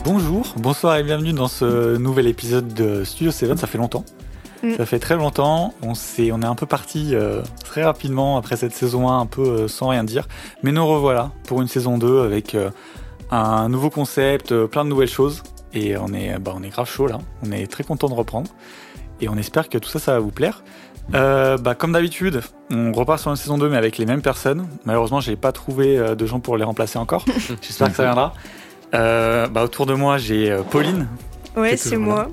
Bonjour, bonsoir et bienvenue dans ce nouvel épisode de Studio Seven. Ça fait longtemps, ça fait très longtemps. On est un peu parti très rapidement après cette saison 1 un peu sans rien dire. Mais nous revoilà pour une saison 2 avec un nouveau concept, plein de nouvelles choses. Et on est grave chaud là, on est très content de reprendre. Et on espère que tout ça va vous plaire. Comme d'habitude, on repart sur une saison 2 mais avec les mêmes personnes. Malheureusement, j'ai pas trouvé de gens pour les remplacer encore. J'espère que ça viendra. Autour de moi, j'ai Pauline. Ouais, c'est moi.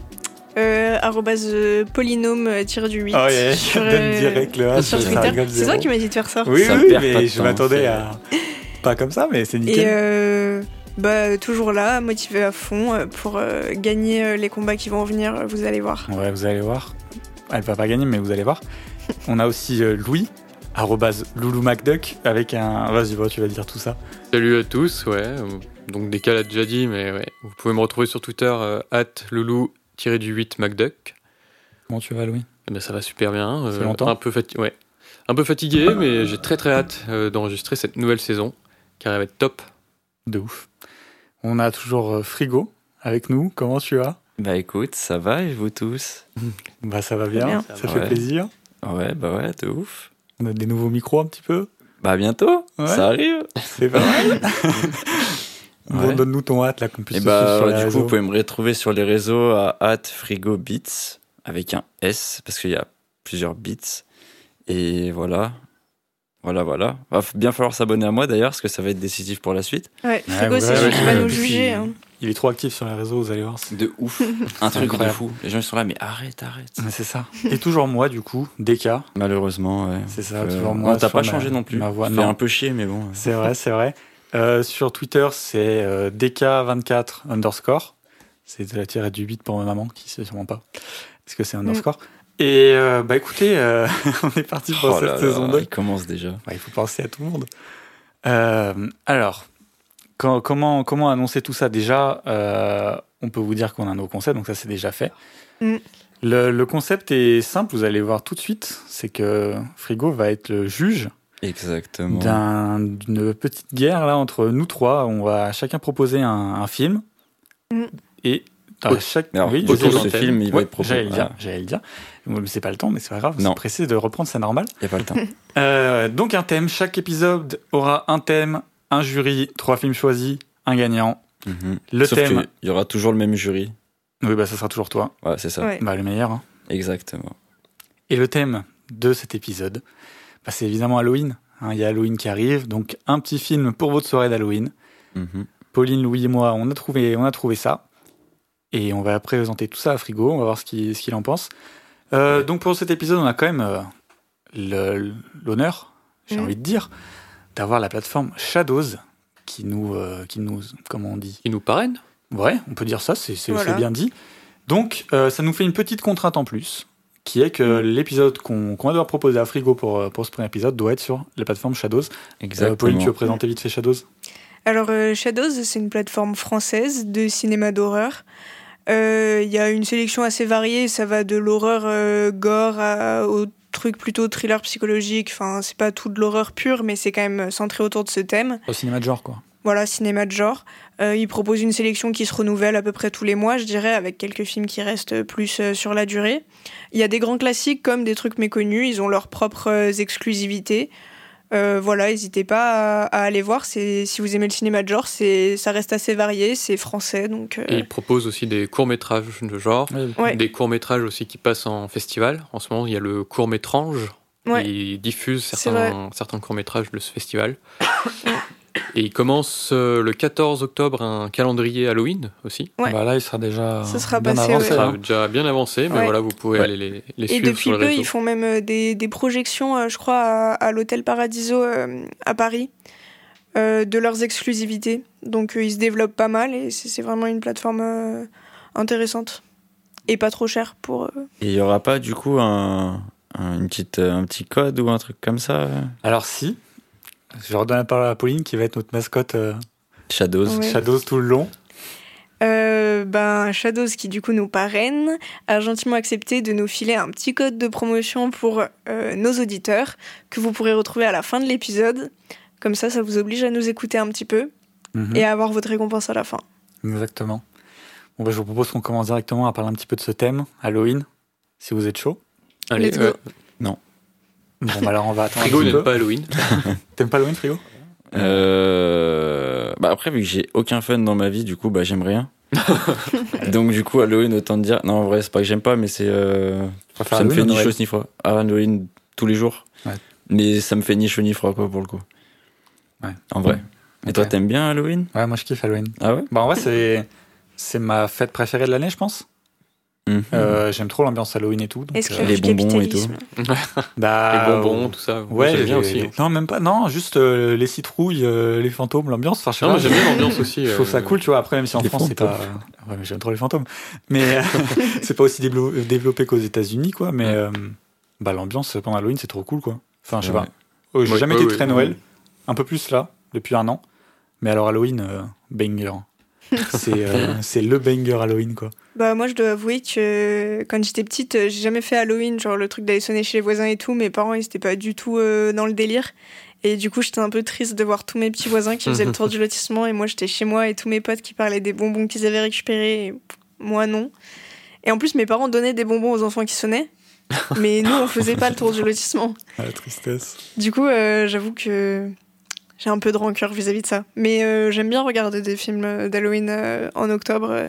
@polynôme-8 oh yeah, sur, donne direct le H sur Twitter. C'est toi qui m'as dit de faire ça. Oui, mais je m'attendais à... Pas comme ça, mais c'est nickel. Et toujours là, motivé à fond pour gagner les combats qui vont venir, vous allez voir. Ouais, vous allez voir. Elle va pas gagner, mais vous allez voir. On a aussi Louis, @LoulouMacDuck, avec un... Vas-y, tu vas dire tout ça. Salut à tous, ouais. Donc Deka l'a déjà dit, mais ouais. Vous pouvez me retrouver sur Twitter @loulou-8macduck. Comment tu vas, Louis ? Eh ben, ça va super bien. Ça fait longtemps ? Un peu fatigué, mais j'ai très très hâte d'enregistrer cette nouvelle saison, car elle va être top. De ouf. On a toujours Frigo avec nous. Comment tu vas ? Bah écoute, ça va et vous tous ? Ça va bien, ça fait plaisir. Ouais, de ouf. On a des nouveaux micros un petit peu. Bah bientôt, ça arrive. C'est pas mal. Bon, donne-nous ton hâte là qu'on puisse et te suivre sur les du réseaux. coup, vous pouvez me retrouver sur les réseaux à @frigobits avec un S parce qu'il y a plusieurs bits. Et voilà. Va bien falloir s'abonner à moi d'ailleurs parce que ça va être décisif pour la suite. Ouais, Frigo, c'est celui qui va nous juger. Il est trop actif sur les réseaux, vous allez voir. De ouf. Un truc de fou. Les gens ils sont là, mais arrête. Mais c'est ça. Et toujours moi du coup, Deka. Malheureusement, ouais. C'est ça, toujours moi. On t'a pas changé non plus. Ma voix, ça fait un peu chier, mais bon. C'est vrai. Sur Twitter, c'est Deka24_. C'est de la tirette du 8 pour ma maman, qui sait sûrement pas. Est-ce que c'est un underscore ? Et écoutez, on est parti pour cette saison 2. Il commence déjà. Il faut penser à tout le monde. Alors, comment annoncer tout ça ? Déjà, on peut vous dire qu'on a un nouveau concept, donc ça c'est déjà fait. Le concept est simple, vous allez voir tout de suite. C'est que Frigo va être le juge. Exactement. D'une petite guerre là entre nous trois. On va chacun proposer un film. Et autour de ce film, il va être proposé. J'allais le dire. C'est pas le temps, mais c'est pas grave. C'est pressé de reprendre, c'est normal. Il n'y a pas le temps. Donc un thème. Chaque épisode aura un thème, un jury, 3 films choisis, un gagnant. Le Sauf thème. Il y aura toujours le même jury. Oui, ça sera toujours toi. Ouais, c'est ça. Ouais. Le meilleur. Hein. Exactement. Et le thème de cet épisode, c'est évidemment Halloween. Il y a Halloween qui arrive, donc un petit film pour votre soirée d'Halloween. Pauline, Louis et moi, on a trouvé ça. Et on va présenter tout ça à Frigo, on va voir ce qu'il en pense. Donc pour cet épisode, on a quand même l'honneur, j'ai envie de dire, d'avoir la plateforme Shadows qui nous comment on dit ? Qui nous parraine ? Ouais, on peut dire ça, c'est bien dit. Donc ça nous fait une petite contrainte en plus, qui est que l'épisode qu'on va devoir proposer à Frigo pour ce premier épisode doit être sur la plateforme Shadows. Exactement. Pauline, tu veux présenter vite fait Shadows ? Alors Shadows, c'est une plateforme française de cinéma d'horreur. Il y a une sélection assez variée, ça va de l'horreur gore au truc plutôt thriller psychologique. Enfin, c'est pas tout de l'horreur pure, mais c'est quand même centré autour de ce thème. Au cinéma de genre, quoi. Voilà, cinéma de genre. Ils proposent une sélection qui se renouvelle à peu près tous les mois, je dirais, avec quelques films qui restent plus sur la durée. Il y a des grands classiques comme des trucs méconnus, ils ont leurs propres exclusivités. N'hésitez pas à aller voir. Si vous aimez le cinéma de genre, ça reste assez varié, c'est français. Donc, Et ils proposent aussi des courts-métrages de genre, des courts-métrages aussi qui passent en festival. En ce moment, il y a le court-métrange. Ils diffusent certains courts-métrages de ce festival. Et il commence le 14 octobre un calendrier Halloween aussi. Là, il sera déjà bien avancé. Il sera déjà bien avancé, mais vous pouvez aller les suivre. Et depuis sur les peu, réseaux. ils font même des projections, je crois, à l'Hôtel Paradiso à Paris, de leurs exclusivités. Donc, ils se développent pas mal et c'est vraiment une plateforme intéressante et pas trop chère pour... Et il n'y aura pas, du coup, un petit code ou un truc comme ça Alors, si. Je redonne la parole à Pauline qui va être notre mascotte Shadows. Ouais. Shadows tout le long. Shadows qui du coup nous parraine a gentiment accepté de nous filer un petit code de promotion pour nos auditeurs que vous pourrez retrouver à la fin de l'épisode. Comme ça vous oblige à nous écouter un petit peu et à avoir votre récompense à la fin. Exactement. Bon, je vous propose qu'on commence directement à parler un petit peu de ce thème, Halloween, si vous êtes chaud. Allez, non. Bon, alors on va attendre. Frigo n'aime pas Halloween. T'aimes pas Halloween, Frigo? Après, vu que j'ai aucun fun dans ma vie, du coup, j'aime rien. Donc, du coup, Halloween, autant te dire. Non, en vrai, c'est pas que j'aime pas, mais c'est. Ça me fait ni chaud ni froid. Halloween tous les jours. Ouais. Mais ça me fait ni chaud ni froid, quoi, pour le coup. Ouais. En vrai. Et toi, t'aimes bien Halloween? Ouais, moi je kiffe Halloween. Ah ouais? En vrai, c'est ma fête préférée de l'année, je pense. J'aime trop l'ambiance Halloween et tout. Donc, les bonbons et tout. Les bonbons, tout ça. Ouais, j'aime bien aussi. Non, même pas. Non, juste les citrouilles, les fantômes, l'ambiance. Enfin, je sais pas. J'aime bien l'ambiance aussi. Je trouve ça cool, tu vois. Après, même si en France, c'est pas. Ouais, mais j'aime trop les fantômes. Mais c'est pas aussi développé qu'aux États-Unis, quoi. Mais l'ambiance pendant Halloween, c'est trop cool, quoi. Enfin, je sais pas. J'ai jamais été très Noël. Un peu plus là, depuis un an. Mais alors Halloween, banger. C'est le banger Halloween, quoi. Moi, je dois avouer que quand j'étais petite, j'ai jamais fait Halloween, genre le truc d'aller sonner chez les voisins et tout. Mes parents, ils étaient pas du tout dans le délire. Et du coup, j'étais un peu triste de voir tous mes petits voisins qui faisaient le tour du lotissement. Et moi, j'étais chez moi et tous mes potes qui parlaient des bonbons qu'ils avaient récupérés. Et moi, non. Et en plus, mes parents donnaient des bonbons aux enfants qui sonnaient. Mais nous, on faisait pas le tour du lotissement. Ah, la tristesse. Du coup, j'avoue que j'ai un peu de rancœur vis-à-vis de ça. Mais j'aime bien regarder des films d'Halloween en octobre.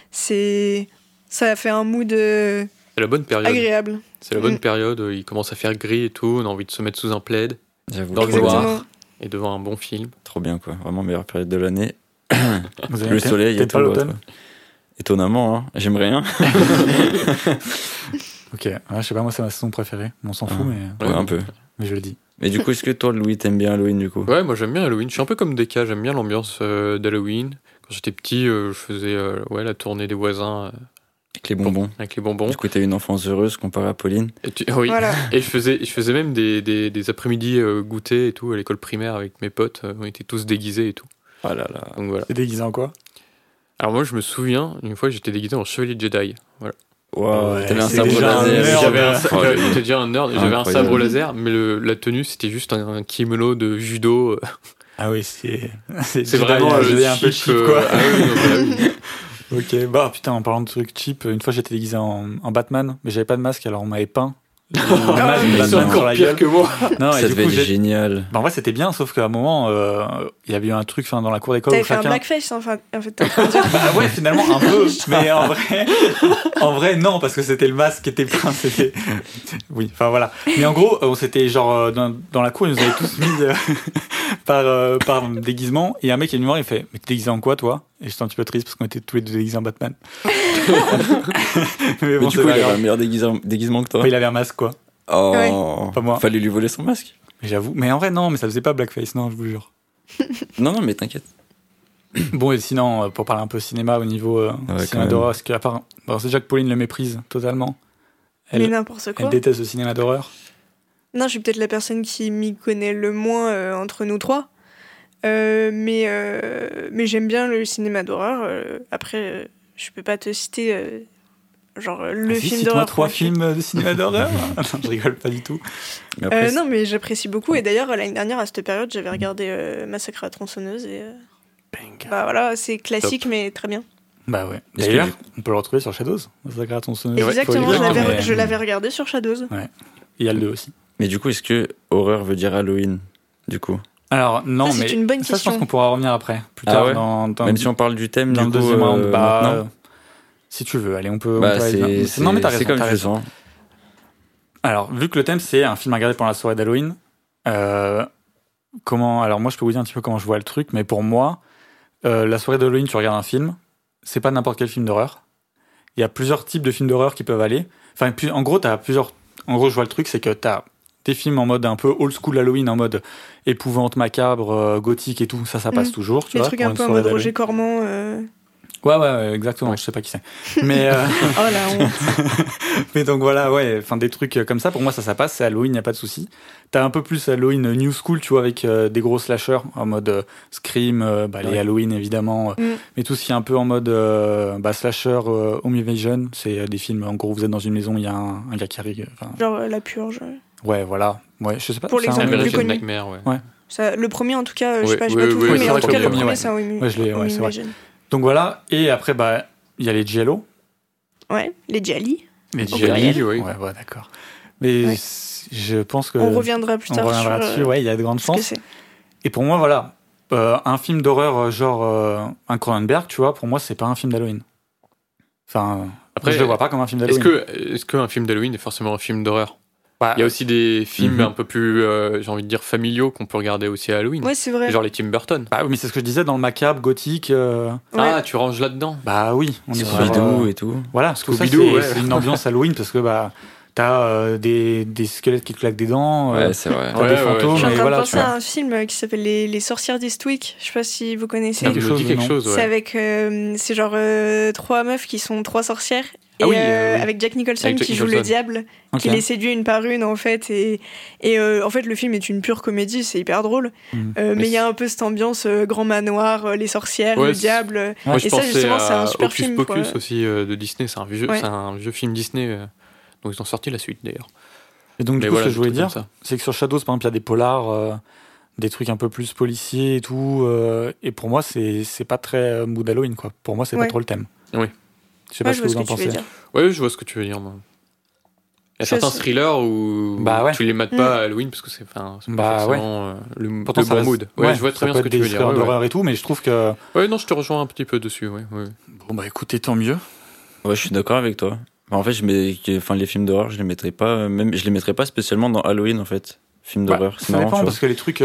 Ça fait un mood c'est la bonne période. Agréable. C'est la bonne période, il commence à faire gris et tout, on a envie de se mettre sous un plaid, dans le noir, et devant un bon film. Trop bien, quoi. Vraiment meilleure période de l'année. Le soleil et tout. L'automne. Étonnamment, hein. J'aime rien. Ok, je sais pas, moi c'est ma saison préférée. On s'en fout, mais... Ouais, un peu. Mais je le dis. Mais du coup, est-ce que toi, Louis, t'aimes bien Halloween, du coup? Ouais, moi j'aime bien Halloween. Je suis un peu comme Deka, j'aime bien l'ambiance d'Halloween. Quand j'étais petit, je faisais la tournée des voisins. Avec les bonbons. Avec les bonbons. Du coup, t'as une enfance heureuse comparée à Pauline. Oui, voilà. Et je faisais même des après-midi goûter et tout à l'école primaire avec mes potes. On était tous déguisés et tout. Ah là là. Donc voilà. T'es déguisé en quoi? Alors moi, je me souviens, une fois, j'étais déguisé en chevalier Jedi. Voilà. Wow, ouais, t'avais un sabre laser. J'étais déjà un nerd, j'avais un sabre laser, mais la tenue, c'était juste un kimono de judo. Ah oui, c'est vraiment un peu cheap, quoi. Oui. Ok, putain, en parlant de trucs cheap, une fois j'étais déguisé en Batman, mais j'avais pas de masque, alors on m'avait peint. C'est encore pire que moi. Non, ça devait être génial. En vrai, c'était bien, sauf qu'à un moment, il y avait eu un truc dans la cour d'école. T'avais fait un blackface, en fait, t'es en train de dire. Ouais, finalement, un peu. Mais en vrai, non, parce que c'était le masque qui était peint. Oui, enfin voilà. Mais en gros, on s'était genre, dans la cour, ils nous avaient tous mis par déguisement. Et un mec est venu voir, il fait, mais t'es déguisé en quoi, toi? Et j'étais un petit peu triste parce qu'on était tous les deux déguisés en Batman. mais du coup, il avait un meilleur déguisement que toi. Il avait un masque, quoi. Oh, ouais. Pas moi. Fallait lui voler son masque. Mais j'avoue. Mais en vrai, non, mais ça faisait pas blackface, non, je vous jure. non, mais t'inquiète. Bon, et sinon, pour parler un peu cinéma au niveau cinéma d'horreur, parce qu'à part. Bon, c'est déjà que Pauline le méprise totalement. Mais n'importe quoi. Elle déteste le cinéma d'horreur. Non, je suis peut-être la personne qui m'y connaît le moins entre nous trois. Mais j'aime bien le cinéma d'horreur. Après, je peux pas te citer le film d'horreur. 3 films de cinéma d'horreur. Non, je rigole pas du tout. Mais après, non, mais j'apprécie beaucoup. Et d'ailleurs, l'année dernière, à cette période, j'avais regardé Massacre à la tronçonneuse. Et voilà, c'est classique, mais très bien. Bah ouais. D'ailleurs, on peut le retrouver sur Shadows. Massacre à la tronçonneuse. Exactement, je l'avais regardé sur Shadows. Ouais. Et il y a le 2 aussi. Mais du coup, est-ce que horreur veut dire Halloween, du coup? Alors non, c'est une bonne question. Je pense qu'on pourra revenir après, plus tard. Ouais. Même si on parle du thème, dans du le deuxième round, non. Si tu veux, allez, on peut. Non, mais t'as raison. C'est comme je sens. Alors, vu que le thème c'est un film à regarder pendant la soirée d'Halloween, alors moi je peux vous dire un petit peu comment je vois le truc, mais pour moi, la soirée d'Halloween, tu regardes un film, c'est pas n'importe quel film d'horreur. Il y a plusieurs types de films d'horreur qui peuvent aller. Enfin, en gros, je vois le truc, c'est que t'as des films en mode un peu old school Halloween, en mode épouvante, macabre, gothique et tout, ça passe toujours. Tu des vois, trucs un peu en mode Roger Corman. Ouais, exactement, je sais pas qui c'est. Mais oh la honte. Mais donc voilà, enfin des trucs comme ça, pour moi ça passe, c'est Halloween, y a pas de souci. T'as un peu plus Halloween new school, tu vois, avec des gros slashers en mode Scream, les Halloween évidemment, mais tout ce qui est un peu en mode slasher, home invasion, c'est des films, en gros vous êtes dans une maison, il y a un gars qui arrive. Genre La Purge. Ouais, voilà. Ouais, je sais pas. Pour l'exemple le plus connu. Nightmare, ouais. Ça, le premier en tout cas, je sais pas tout vu, mais en tout cas le premier c'est un home invasion. Ouais, c'est vrai. Donc voilà, et après Il y a les Giallo. Ouais, les Gialli. Les Gialli, oui. Ouais, d'accord. Mais je pense que... On reviendra plus tard dessus, ouais, il y a de grandes chances. Et pour moi, voilà, un film d'horreur genre un Cronenberg, tu vois, pour moi, c'est pas un film d'Halloween. Enfin, après, je le vois pas comme un film d'Halloween. Est-ce qu'un film d'Halloween est forcément un film d'horreur ? Il y a aussi des films un peu plus, j'ai envie de dire, familiaux qu'on peut regarder aussi à Halloween. Ouais, c'est vrai. Genre les Tim Burton. Bah oui, mais c'est ce que je disais dans le macabre, gothique. Ah, tu ranges là-dedans. Bah oui, on est sur Scooby-Doo et tout. Voilà, Scooby-Doo, c'est une ambiance Halloween parce que t'as des squelettes qui te claquent des dents. Ouais, c'est vrai. T'as des fantômes. Je suis en train de penser à un film qui s'appelle Les Sorcières d'Eastwick. Je sais pas si vous connaissez. Ça me dit quelque chose, ouais. C'est avec, c'est genre 3 meufs qui sont 3 sorcières. Et avec Jack Nicholson qui joue le diable, qui les séduit une par une en fait, et en fait le film est une pure comédie, c'est hyper drôle, mais il y a un peu cette ambiance grand manoir, les sorcières, le diable, et ça justement c'est un super film. Hocus Pocus aussi de Disney, c'est un vieux film Disney, donc ils ont sorti la suite d'ailleurs. Et donc du coup ce que je voulais dire, c'est que sur Shadows par exemple il y a des polars, des trucs un peu plus policiers et tout, et pour moi c'est pas très mood Halloween quoi. Pour moi c'est pas trop le thème. Oui. Je sais pas ce que vous en pensez. Oui, je vois ce que tu veux dire. Moi. Il y a certains thrillers où tu les mates pas à Halloween parce que c'est pas forcément le bon mood. Ouais, je vois très bien ce que tu veux dire. D'horreur et tout, mais je trouve que... Ouais, non, je te rejoins un petit peu dessus. Ouais. Bon, bah écoutez, tant mieux. Ouais, je suis d'accord avec toi. En fait, les films d'horreur, je les mettrais pas spécialement dans Halloween, en fait. Films d'horreur. Ça dépend, parce que les trucs...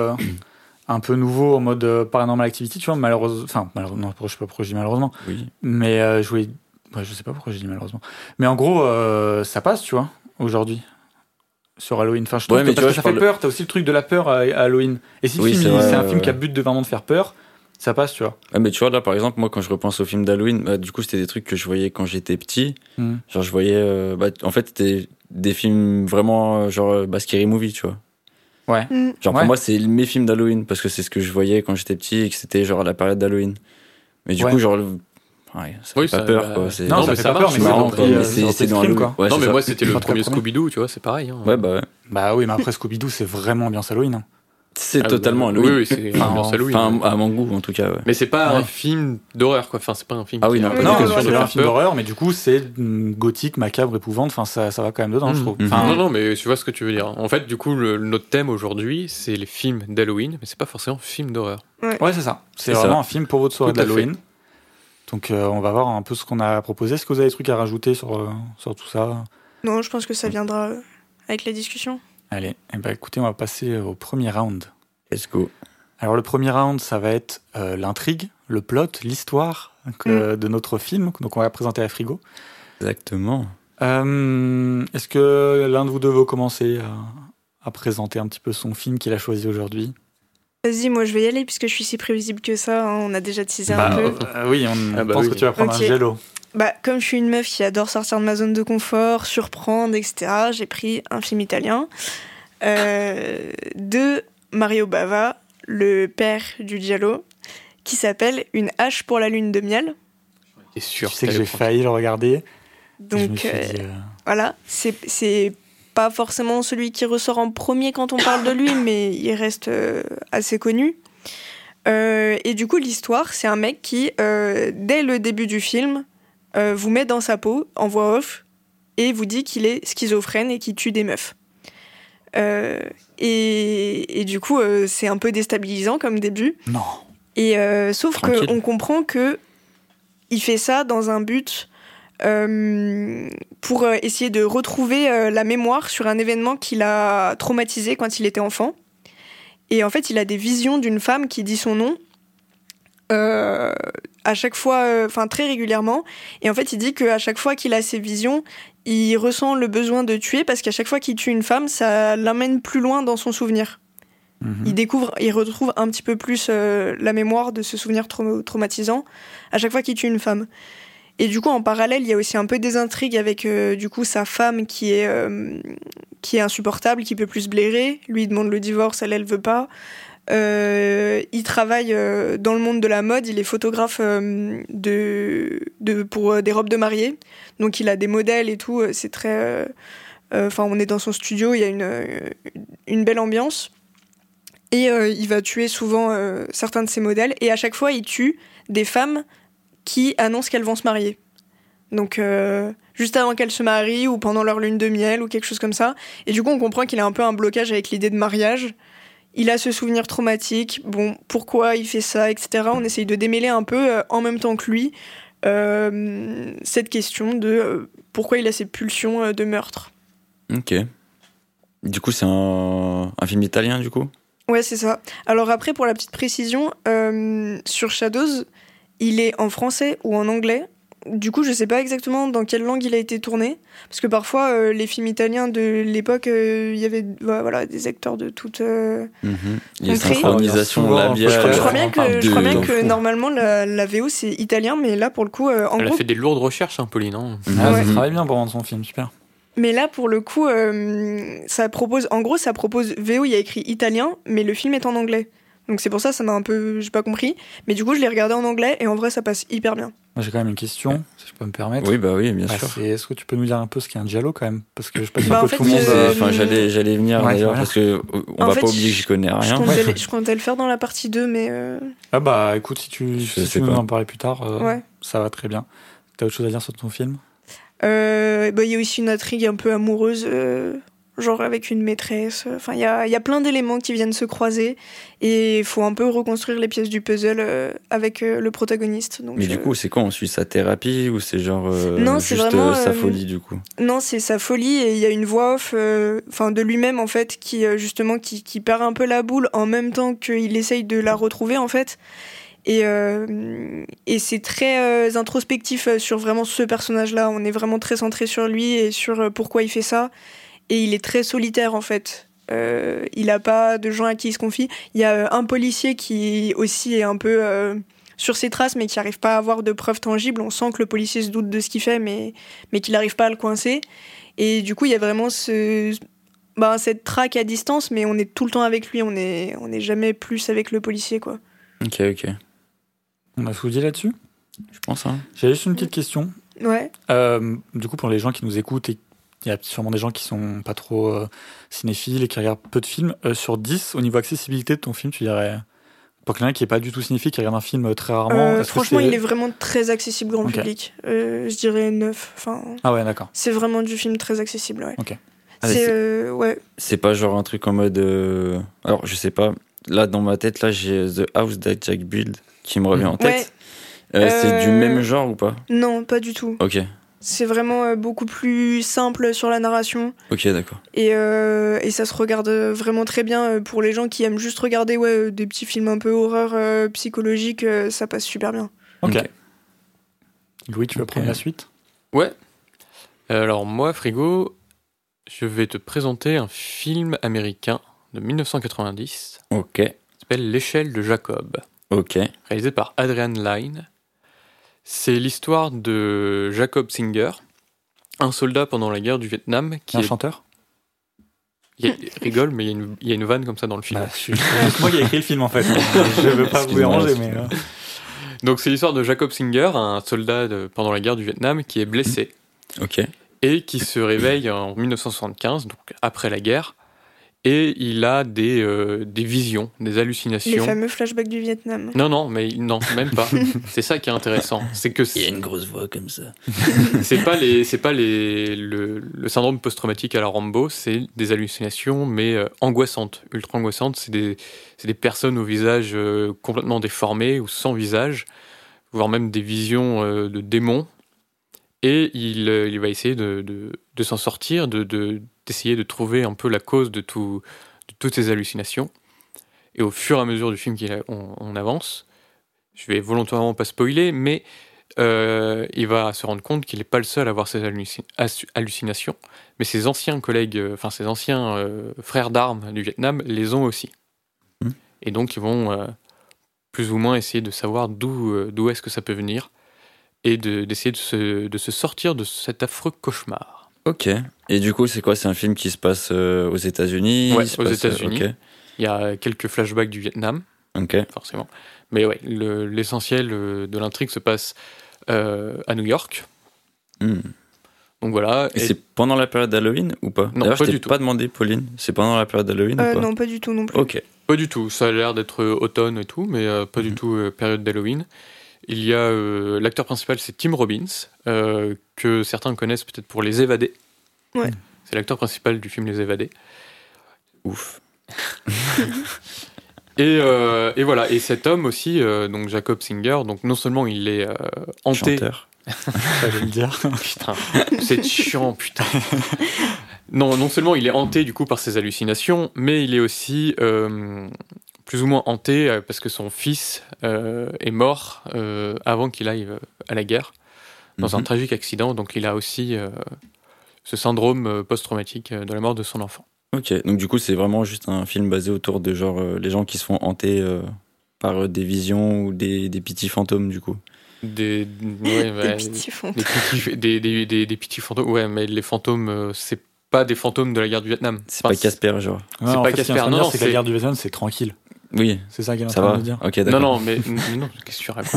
un peu nouveau en mode Paranormal Activity, tu vois, malheureusement, je sais pas pourquoi je dis malheureusement, mais je sais pas pourquoi je dis malheureusement, mais en gros, ça passe, tu vois, aujourd'hui, sur Halloween. Enfin, je trouve que ça fait peur, t'as aussi le truc de la peur à Halloween. Et si le film, c'est un film qui a but de vraiment de faire peur, ça passe, tu vois. Ah, mais tu vois, là, par exemple, moi, quand je repense aux films d'Halloween, du coup, c'était des trucs que je voyais quand j'étais petit. Genre, je voyais, en fait, c'était des films vraiment, genre, Scary Movie, tu vois. Ouais. Genre pour moi c'est mes films d'Halloween parce que c'est ce que je voyais quand j'étais petit et que c'était genre la période d'Halloween. Mais du coup genre ça fait pas peur quoi. Non, ça fait pas peur, mais c'est marrant c'est dans Halloween quoi. Non mais moi c'était le premier Scooby-Doo, tu vois, c'est pareil. Ouais. Bah oui, mais après Scooby-Doo c'est vraiment bien Halloween. C'est totalement Halloween. Oui, c'est ambiance Halloween. Enfin, à mon goût, en tout cas, ouais. Mais c'est pas un film d'horreur, quoi. Enfin, c'est pas un film. Ah oui, non, c'est un film d'horreur, mais du coup, c'est gothique, macabre, épouvante. Enfin, ça va quand même dedans, je trouve. Non, mais tu vois ce que tu veux dire. En fait, du coup, notre thème aujourd'hui, c'est les films d'Halloween, mais c'est pas forcément film d'horreur. Ouais, c'est ça. C'est vraiment un film pour votre soirée d'Halloween. Donc, on va voir un peu ce qu'on a proposé. Est-ce que vous avez des trucs à rajouter sur tout ça ? Non, je pense que ça viendra avec la discussion. Allez, écoutez, on va passer au premier round. Let's go. Alors le premier round, ça va être l'intrigue, le plot, l'histoire de notre film. Donc on va présenter à Frigo. Exactement. Est-ce que l'un de vous deux veut commencer à présenter un petit peu son film qu'il a choisi aujourd'hui ? Vas-y, moi je vais y aller puisque je suis si prévisible que ça. On a déjà teasé un peu. Oui, on pense que tu vas prendre un Giallo. Comme je suis une meuf qui adore sortir de ma zone de confort, surprendre, etc., j'ai pris un film italien de Mario Bava, le père du Giallo, qui s'appelle Une hache pour la lune de miel. Tu sais que j'ai failli le regarder. Donc voilà, c'est pas forcément celui qui ressort en premier quand on parle de lui, mais il reste assez connu. Et du coup, l'histoire, c'est un mec qui, dès le début du film, vous met dans sa peau, en voix off, et vous dit qu'il est schizophrène et qu'il tue des meufs. Et du coup, c'est un peu déstabilisant comme début. Non. Et sauf qu'on comprend que il fait ça dans un but pour essayer de retrouver la mémoire sur un événement qu'il a traumatisé quand il était enfant. Et en fait, il a des visions d'une femme qui dit son nom à chaque fois, très régulièrement. Et en fait, il dit qu'à chaque fois qu'il a ces visions, il ressent le besoin de tuer parce qu'à chaque fois qu'il tue une femme, ça l'amène plus loin dans son souvenir. Il retrouve un petit peu plus la mémoire de ce souvenir traumatisant à chaque fois qu'il tue une femme. Et du coup, en parallèle, il y a aussi un peu des intrigues avec du coup sa femme qui est insupportable, qui peut plus se blairer. Lui, il demande le divorce, elle veut pas. Il travaille dans le monde de la mode, il est photographe pour des robes de mariée. Donc il a des modèles et tout, c'est très... on est dans son studio, il y a une belle ambiance. Et il va tuer souvent certains de ses modèles. Et à chaque fois, il tue des femmes qui annoncent qu'elles vont se marier. Donc, juste avant qu'elles se marient ou pendant leur lune de miel ou quelque chose comme ça. Et du coup, on comprend qu'il a un peu un blocage avec l'idée de mariage. Il a ce souvenir traumatique. Bon, pourquoi il fait ça, etc. On essaye de démêler un peu, en même temps que lui, cette question de pourquoi il a ces pulsions de meurtre. Ok. Du coup, c'est un film italien, du coup ? Ouais, c'est ça. Alors après, pour la petite précision, sur Shadows, il est en français ou en anglais. Du coup, je sais pas exactement dans quelle langue il a été tourné, parce que parfois, les films italiens de l'époque, il y avait des acteurs de toutes Les synchronisations labiales. Je crois bien que normalement, la VO, c'est italien, mais là, pour le coup... Elle a fait des lourdes recherches, Pauline. Ça travaille bien pour rendre son film, super. Mais là, pour le coup, ça propose VO, il y a écrit italien, mais le film est en anglais. Donc c'est pour ça m'a un peu... J'ai pas compris. Mais du coup, je l'ai regardé en anglais, et en vrai, ça passe hyper bien. Moi, j'ai quand même une question, si je peux me permettre. Oui, bien sûr. Est-ce que tu peux nous dire un peu ce qu'est un giallo, quand même ? Parce que je passe un peu tout le monde... J'allais venir, d'ailleurs, parce qu'on va pas oublier que j'y connais rien. Je comptais le faire dans la partie 2, mais... Ah bah, écoute, si tu veux en parler plus tard, ça va très bien. T'as autre chose à dire sur ton film ? Il y a aussi une intrigue un peu amoureuse, genre avec une maîtresse. Enfin, il y a plein d'éléments qui viennent se croiser et il faut un peu reconstruire les pièces du puzzle avec le protagoniste. Donc, mais du coup, c'est quoi ? On suit sa thérapie ou c'est genre non, c'est juste vraiment, sa folie du coup ? Non, c'est sa folie et il y a une voix off de lui-même en fait qui justement qui perd un peu la boule en même temps qu'il essaye de la retrouver en fait. Et c'est très introspectif sur vraiment ce personnage-là. On est vraiment très centré sur lui et sur pourquoi il fait ça. Et il est très solitaire, en fait. Il n'a pas de gens à qui il se confie. Il y a un policier qui aussi est un peu sur ses traces, mais qui n'arrive pas à avoir de preuves tangibles. On sent que le policier se doute de ce qu'il fait, mais qu'il n'arrive pas à le coincer. Et du coup, il y a vraiment cette traque à distance, mais on est tout le temps avec lui. On n'est jamais plus avec le policier, quoi. Ok. On a tout dit là-dessus ? Je pense, hein. J'avais juste une petite question. Ouais. Du coup, pour les gens qui nous écoutent, et il y a sûrement des gens qui sont pas trop cinéphiles et qui regardent peu de films, sur 10, au niveau accessibilité de ton film, tu dirais... Pour quelqu'un qui n'est pas du tout cinéphile, qui regarde un film très rarement... Franchement, il est vraiment très accessible grand public. Je dirais 9. Ah ouais, d'accord. C'est vraiment du film très accessible, ouais. Ok. C'est pas genre un truc en mode... Alors, je sais pas. Là, dans ma tête, là, j'ai The House That Jack Built qui me revient en tête. C'est du même genre ou pas ? Non, pas du tout. Ok. C'est vraiment beaucoup plus simple sur la narration. Ok, d'accord. Et ça se regarde vraiment très bien pour les gens qui aiment juste regarder des petits films un peu horreur psychologique, ça passe super bien. Ok. Louis, tu veux prendre la suite ? Ouais. Alors moi, Frigo, je vais te présenter un film américain de 1990. Ok. Qui s'appelle L'échelle de Jacob. Ok. Réalisé par Adrian Lyne. C'est l'histoire de Jacob Singer, un soldat pendant la guerre du Vietnam qui est un chanteur. Il rigole, mais il y a une vanne comme ça dans le film. C'est moi qui ai écrit le film en fait. Je veux pas vous déranger, mais. Donc c'est l'histoire de Jacob Singer, un soldat pendant la guerre du Vietnam qui est blessé. Ok. Et qui se réveille en 1975, donc après la guerre. Et il a des visions, des hallucinations. Les fameux flashbacks du Vietnam. Non, même pas. C'est ça qui est intéressant. C'est que il y a une grosse voix comme ça. c'est pas le syndrome post-traumatique à la Rambo, c'est des hallucinations, mais angoissantes, ultra angoissantes. C'est des personnes au visage complètement déformé ou sans visage, voire même des visions de démons. Et il va essayer de s'en sortir, d'essayer de trouver un peu la cause de toutes ces hallucinations. Et au fur et à mesure du film on avance, je vais volontairement pas spoiler, mais il va se rendre compte qu'il n'est pas le seul à avoir ces hallucinations, mais ses anciens collègues, ses anciens frères d'armes du Vietnam les ont aussi. Et donc ils vont plus ou moins essayer de savoir d'où est-ce que ça peut venir, et d'essayer de se sortir de cet affreux cauchemar. Ok. Et du coup, c'est quoi ? C'est un film qui se passe aux États-Unis ? Ouais, aux États-Unis. Okay. Il y a quelques flashbacks du Vietnam, forcément. Mais ouais, l'essentiel de l'intrigue se passe à New York. Donc voilà. Et c'est pendant la période d'Halloween ou pas ? Non, d'ailleurs, pas je du t'ai tout. Pas demandé, Pauline. C'est pendant la période d'Halloween ou pas ? Non, pas du tout non plus. Ok. Pas du tout. Ça a l'air d'être automne et tout, mais pas du tout période d'Halloween. Il y a l'acteur principal, c'est Tim Robbins, que certains connaissent peut-être pour Les Évadés. Ouais. C'est l'acteur principal du film Les Évadés. Ouf. Et voilà. Et cet homme aussi, donc Jacob Singer, donc non seulement il est hanté. Chanteur. J'allais le dire. Putain, c'est chiant, putain. Non seulement il est hanté du coup par ses hallucinations, mais il est aussi plus ou moins hanté parce que son fils est mort avant qu'il aille à la guerre dans un tragique accident. Donc il a aussi ce syndrome post-traumatique de la mort de son enfant. Ok, donc du coup c'est vraiment juste un film basé autour de genre les gens qui se font hanter par des visions ou des petits fantômes du coup. Des petits fantômes. Des petits fantômes. Ouais, mais les fantômes, c'est pas des fantômes de la guerre du Vietnam. C'est pas Casper, genre. Ouais, c'est pas Casper. Non, c'est que la guerre du Vietnam, c'est tranquille. Oui. C'est ça qu'il est en ça train va de dire. Ok, d'accord. Non, mais non, qu'est-ce que tu racontes?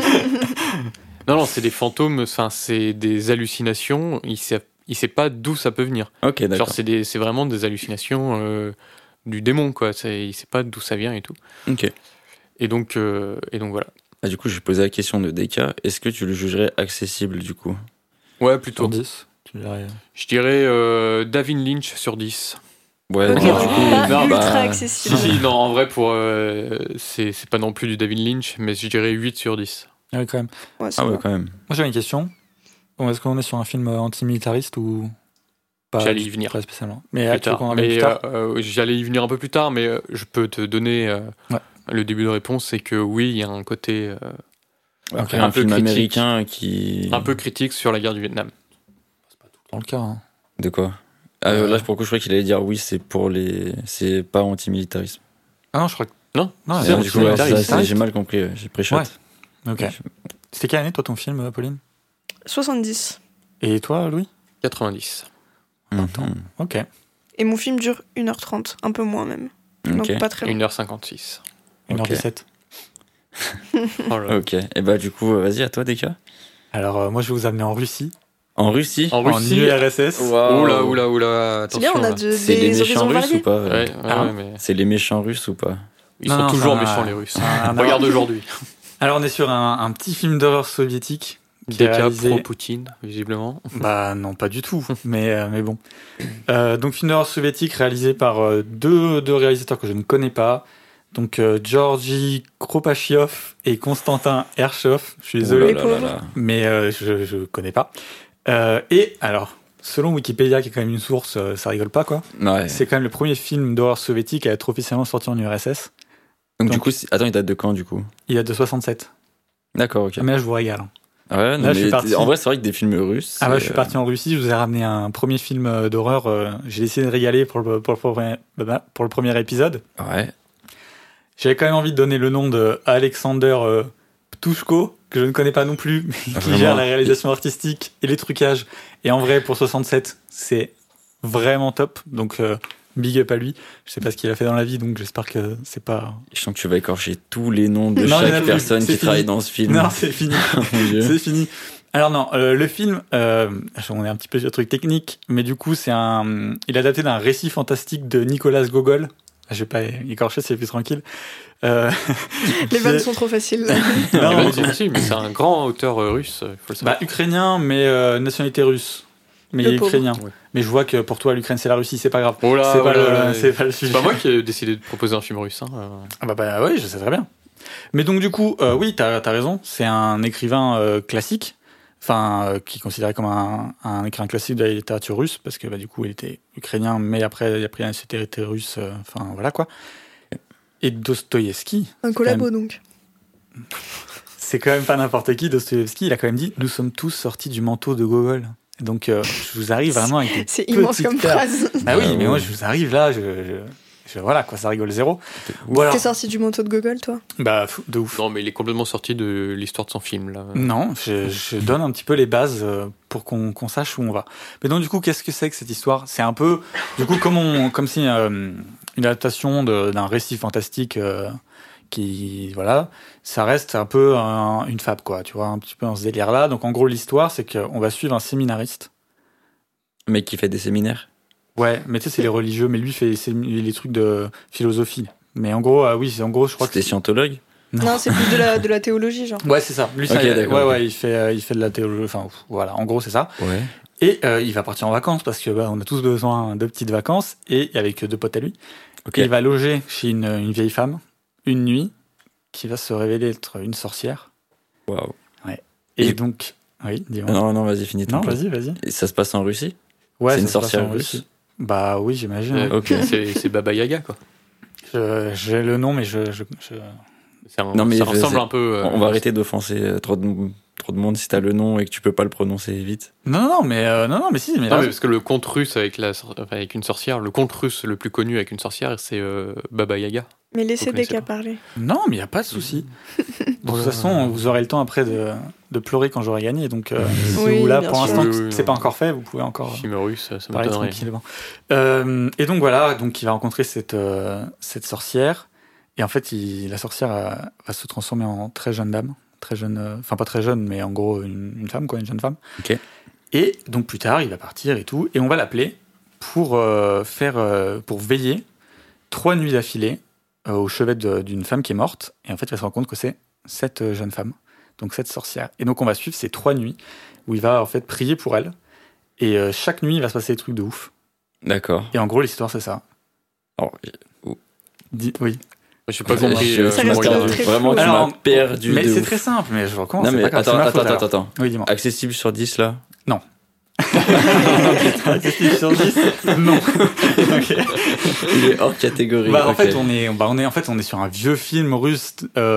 Non, c'est des fantômes, enfin, c'est des hallucinations. Il sait pas d'où ça peut venir. Ok, d'accord. Genre, c'est vraiment des hallucinations du démon, quoi. Il sait pas d'où ça vient et tout. Ok. Et donc voilà. Ah, du coup, je vais poser la question de Deka. Est-ce que tu le jugerais accessible, du coup? Ouais, plutôt. Sur 10, tu dirais... Je dirais David Lynch sur 10. Ouais, Ok, non, donc du coup, pas ultra Si, accessible. non, en vrai, c'est pas non plus du David Lynch, mais je dirais 8 sur 10. Ah oui, quand même. Ouais, ça Ah ouais, va. quand même. Moi, j'avais une question. Bon, est-ce qu'on est sur un film antimilitariste ou pas? J'allais y venir. Pas spécialement. Mais Plus tu veux tard. qu'on en revienne Mais plus tard j'allais y venir un peu plus tard, mais je peux te donner le début de réponse, c'est que oui, il y a un côté Après, un un peu film critique. américain qui... un peu critique sur la guerre du Vietnam. Dans le cas. Hein. De quoi? Là, pour le coup, je croyais qu'il allait dire oui, c'est pour les... C'est pas antimilitarisme. Ah non, je crois que... Non, Non, c'est Du coup, ouais, antimilitariste. j'ai mal compris, j'ai pris shot. Ouais. Ok. C'était quelle année, toi, ton film, Pauline? 70. Et toi, Louis? 90. Mhm. Ok. Et mon film dure 1h30, un peu moins même. Donc Ok. pas très long. 1h56. 1h17. Oh là là. Ok. Et bah, du coup, vas-y, à toi, Deka. Alors, moi, je vais vous amener en Russie. En Russie? En Russie. URSS. Waouh. Oula, C'est bien, attention. on a là. C'est les des méchants horizons russes variés. ou pas? Ouais, Ah. mais C'est les méchants russes ou pas? ils Non, sont non, toujours ça- méchants, les Russes. ça- Regarde aujourd'hui. Alors, on est sur un petit film d'horreur soviétique. Qui est Deka réalisé- pro-Poutine, visiblement. Bah non, pas du tout, mais bon. Donc film d'horreur soviétique réalisé par deux réalisateurs que je ne connais pas. Donc Georgi Kropachiov et Konstantin Hershov. Je suis désolé, Les pauvres. mais je connais pas. Et alors, selon Wikipédia, qui est quand même une source, ça rigole pas quoi. Ouais. C'est quand même le premier film d'horreur soviétique à être officiellement sorti en URSS. Donc, du donc- coup, attends, il date de quand, du coup? Il y a de 67. D'accord, ok. Mais là, je vous régale. Hein. Ah ouais, non, Là, je suis mais parti. en vrai, c'est vrai que des films russes. Ah ouais, je c'est, suis parti en Russie, je vous ai ramené un premier film d'horreur. J'ai essayé de régaler pour le premier épisode. Ouais. J'avais quand même envie de donner le nom de Alexander Ptushko, que je ne connais pas non plus, mais qui Vraiment. gère la réalisation artistique et les trucages. Et en vrai, pour 67, c'est vraiment top. Donc, big up à lui. Je sais pas ce qu'il a fait dans la vie, donc j'espère que c'est pas... Je sens que tu vas écorcher tous les noms de Non, il y en a chaque plus. personne C'est qui fini. travaille dans ce film. Non, c'est fini. Mon Dieu. C'est fini. Alors non, le film, on est un petit peu sur le truc technique, mais du coup, il est adapté d'un récit fantastique de Nicolas Gogol. Je vais pas écorcher, c'est plus tranquille. Les vannes sont trop faciles. Non, Ouais, mais- c'est facile, mais c'est un grand auteur russe, il faut le savoir. bah, ukrainien, mais nationalité russe. Mais Le il est pauvre. ukrainien. Ouais. Mais je vois que pour toi, l'Ukraine, c'est la Russie, c'est pas grave. Oh là, c'est pas, oh là, c'est pas le sujet. C'est pas moi qui ai décidé de proposer un film russe. Hein. Ah bah oui, je sais très bien. Mais donc du coup, oui, t'as raison. C'est un écrivain classique, enfin qui est considéré comme un écrivain classique de la littérature russe, parce que bah, du coup, il était ukrainien, mais après il a pris la nationalité russe. Enfin voilà quoi. Et Dostoïevski, Un collabo donc. c'est quand même pas n'importe qui. Dostoïevski, il a quand même dit « Nous sommes tous sortis du manteau de Gogol ». Donc je vous arrive vraiment avec des C'est immense petites comme perles. phrase. Ah oui, Ah mais ouais. moi je vous arrive là, voilà quoi, ça rigole zéro. Voilà. T'es sorti du manteau de Gogol, toi? Bah de ouf. Non, mais il est complètement sorti de l'histoire de son film. Là. Non, je donne un petit peu les bases pour qu'on sache où on va. Mais donc du coup, qu'est-ce que c'est que cette histoire? C'est un peu, du coup, comme si une adaptation d'un récit fantastique qui, voilà, ça reste un peu une fable, quoi, tu vois, un petit peu dans ce délire-là. Donc en gros, l'histoire, c'est qu'on va suivre un séminariste. Mec qui fait des séminaires. Ouais, mais tu sais, c'est les religieux, mais lui fait les trucs de philosophie. Mais en gros, oui, en gros, je crois que C'était scientologue. Non, c'est plus de la théologie, genre. Ouais, c'est ça. Lui, il fait de la théologie. Enfin, voilà, en gros, c'est ça. Ouais. Et il va partir en vacances parce que on a tous besoin de petites vacances et avec 2 potes à lui. Okay. Et il va loger chez une vieille femme une nuit qui va se révéler être une sorcière. Waouh. Ouais. Et donc, oui, dis-moi. Non, vas-y, finis. Non, vas-y. Et ça se passe en Russie ? Ouais, c'est une sorcière russe. Bah oui, j'imagine. Ok. C'est Baba Yaga, quoi. J'ai le nom, mais ça ressemble un peu. On va arrêter d'offenser trop de monde si t'as le nom et que tu peux pas le prononcer vite. Non, mais si. Mais parce que le conte russe avec une sorcière, le conte russe le plus connu avec une sorcière, c'est Baba Yaga. Mais laissez Becca parler. Non, mais il y a pas de souci. De toute façon, vous aurez le temps après de pleurer quand j'aurai gagné. Donc, là, pour l'instant, c'est pas encore fait, vous pouvez encore. Film russe, ça parler tranquillement. Et donc voilà, donc il va rencontrer cette sorcière. Et en fait, la sorcière va se transformer en très jeune dame. Très jeune, enfin pas très jeune, mais en gros une femme, quoi, une jeune femme. Okay. Et donc plus tard, il va partir et tout, et on va l'appeler pour veiller 3 nuits d'affilée au chevet d'une femme qui est morte. Et en fait, il va se rendre compte que c'est cette jeune femme, donc cette sorcière. Et donc on va suivre ces 3 nuits où il va en fait prier pour elle. Et chaque nuit, il va se passer des trucs de ouf. D'accord. Et en gros, l'histoire, c'est ça. Alors, oui. Je suis pas compris. Vraiment, tu m'as perdu. Mais c'est très simple, mais je recommence. Non, mais attends. Oui, dis-moi. Accessible sur 10 là ? Non. Accessible sur 10 ? Non. Okay. Il est hors catégorie. En fait, on est sur un vieux film russe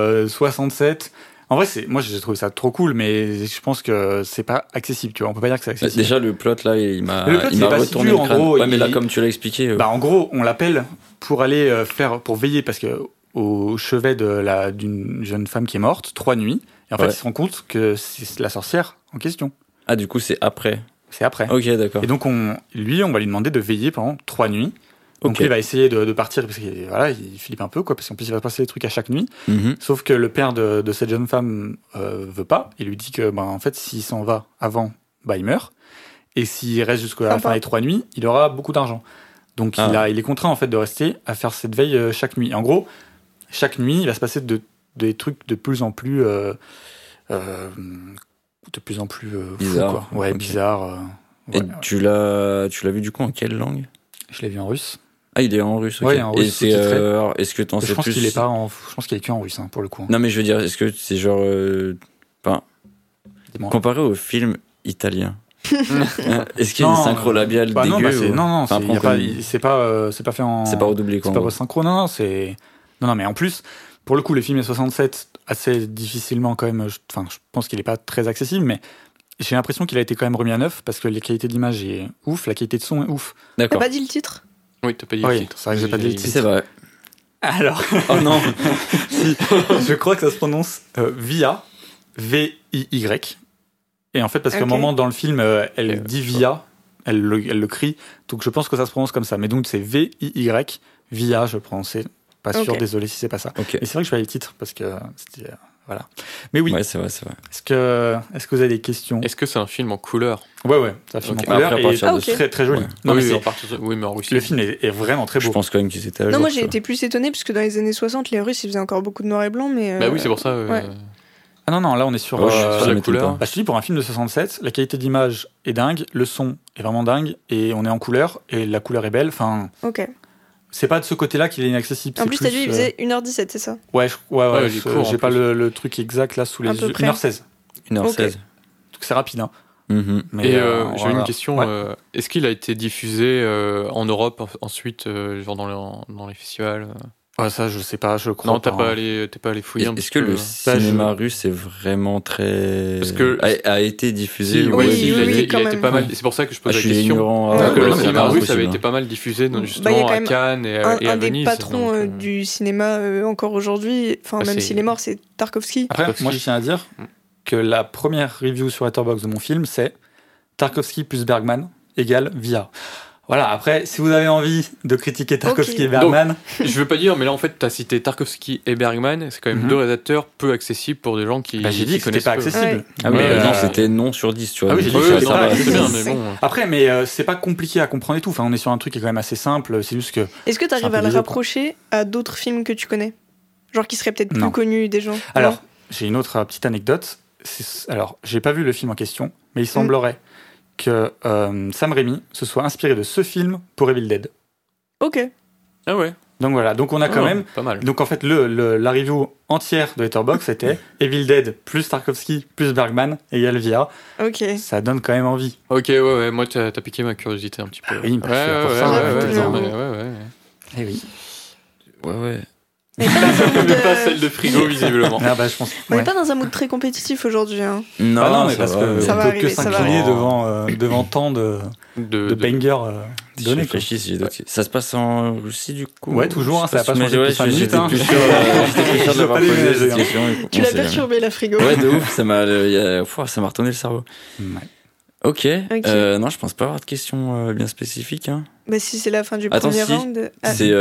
67. En vrai, moi j'ai trouvé ça trop cool, mais je pense que c'est pas accessible, tu vois. On peut pas dire que c'est accessible. Déjà, le plot là, il m'a retourné dur, le crâne. En gros, mais là, comme tu l'as expliqué. En gros, on l'appelle pour aller pour veiller, parce que au chevet d'une jeune femme qui est morte, 3 nuits, et en fait, il se rend compte que c'est la sorcière en question. Ah, du coup, c'est après. C'est après. Ok, d'accord. Et donc, on va lui demander de veiller pendant 3 nuits. Donc, il va essayer de partir, parce qu'il il flippe un peu, quoi, parce qu'en plus, il va se passer des trucs à chaque nuit. Mm-hmm. Sauf que le père de cette jeune femme veut pas. Il lui dit que, en fait, s'il s'en va avant, il meurt. Et s'il reste jusqu'à la fin des 3 nuits, il aura beaucoup d'argent. Donc, il est contraint, en fait, de rester à faire cette veille chaque nuit. Et en gros, chaque nuit, il va se passer des trucs de plus en plus bizarre. Fou, quoi. Ouais, bizarre. Et tu l'as vu du coup en quelle langue ? Je l'ai vu en russe. Ah, il est en russe. Okay. Ouais, en russe. Est-ce que t'en sais plus ? Je pense qu'il est que en russe, pour le coup. Non, mais je veux dire, est-ce que c'est genre, comparé au film italien, est-ce qu'il y a une synchro labiale dégueu Non, c'est pas fait en. C'est pas redoublé, quoi. C'est pas synchro, non, c'est. Non, mais en plus, pour le coup, le film est 67 assez difficilement quand même. Je pense qu'il est pas très accessible, mais j'ai l'impression qu'il a été quand même remis à neuf parce que la qualité d'image est ouf, la qualité de son est ouf. D'accord. T'as pas dit le titre ? Oui, t'as pas dit le titre. C'est vrai que j'ai pas dit le titre. C'est vrai. Alors. Oh non. Si, je crois que ça se prononce Via, V-I-Y. Et en fait, parce qu'à un moment dans le film, elle dit Via, elle le crie. Donc je pense que ça se prononce comme ça. Mais donc c'est V-I-Y, Via, je prononçais. Pas sûr, désolé si c'est pas ça. Okay. Mais c'est vrai que je vais aller le titre parce que c'était. Voilà. Mais oui. Ouais, c'est vrai. Est-ce que vous avez des questions ? Est-ce que c'est un film en couleur ? Ouais, c'est un film en couleur et très, très joli. Ouais. Non, mais en Russie. Le film est vraiment très beau. Je pense quand même qu'ils étaient à jour. Non, moi j'ai été plus étonné parce que dans les années 60, les Russes ils faisaient encore beaucoup de noir et blanc, mais. Bah oui, c'est pour ça. Ouais. Ah non, là on est sur la couleur. Je te dis, pour un film de 67, la qualité d'image est dingue, le son est vraiment dingue, et on est en couleur, et la couleur est belle. Enfin. Ok. C'est pas de ce côté-là qu'il est inaccessible. En plus, t'as dit, il faisait 1h17, c'est ça ? Ouais, j'ai pas le truc exact là sous les yeux. 1h16. 1h16. Okay. Donc c'est rapide, hein. Mm-hmm. Mais j'ai une question. Ouais. Est-ce qu'il a été diffusé en Europe ensuite, genre dans les festivals ça, je sais pas, je crois. Non, t'es pas allé fouiller un petit peu. Est-ce que le cinéma russe est vraiment très. Parce que. a été diffusé Oui, il a été pas mal. C'est pour ça que je pose la question. Le cinéma russe avait été pas mal diffusé, justement, à Cannes et à Venise. Un des patrons du cinéma encore aujourd'hui, même s'il est mort, c'est Tarkovsky. Après, moi, je tiens à dire que la première review sur Letterboxd de mon film, c'est Tarkovsky plus Bergman égale Via. Voilà, après, si vous avez envie de critiquer Tarkovsky et Bergman... Donc, je veux pas dire, mais là, en fait, t'as cité Tarkovsky et Bergman, c'est quand même deux réalisateurs peu accessibles pour des gens qui j'ai dit que c'était pas accessible. Ouais. Ah oui, non, c'était non sur 10, tu vois. Ah oui, j'ai dit que ça va, c'est bien, mais bon... Après, mais c'est pas compliqué à comprendre et tout. Enfin, on est sur un truc qui est quand même assez simple, c'est juste que... Est-ce que t'arrives à le rapprocher à d'autres films que tu connais ? Genre qui serait peut-être plus connu des gens. Alors, j'ai une autre petite anecdote. Alors, j'ai pas vu le film en question, mais il semblerait que Sam Raimi se soit inspiré de ce film pour Evil Dead. Ok. Ah ouais. Donc voilà, donc on a quand même... Pas mal. Donc en fait, la review entière de Letterboxd, c'était Evil Dead plus Tarkovsky plus Bergman égale VR. Ok. Ça donne quand même envie. Ok, ouais, moi t'as piqué ma curiosité un petit peu. Oui, ouais. Eh oui. Ouais. Pas celle de frigo, visiblement. Ah bah, je pense. On n'est pas dans un mood très compétitif aujourd'hui. Hein. Non, mais parce que ça on va peut arriver, que s'incliner devant tant de bangers donnés. Ça se passe en Russie du coup. Ouais, toujours. Ça a pas changé depuis 5 minutes. J'étais plus sûr de l'avoir posé cette question. Tu l'as perturbé la frigo. Ouais, de ouf. Ça m'a retourné le cerveau. Ok. Non, je pense pas avoir de questions bien spécifiques. Hein. Bah si c'est la fin du premier round. C'est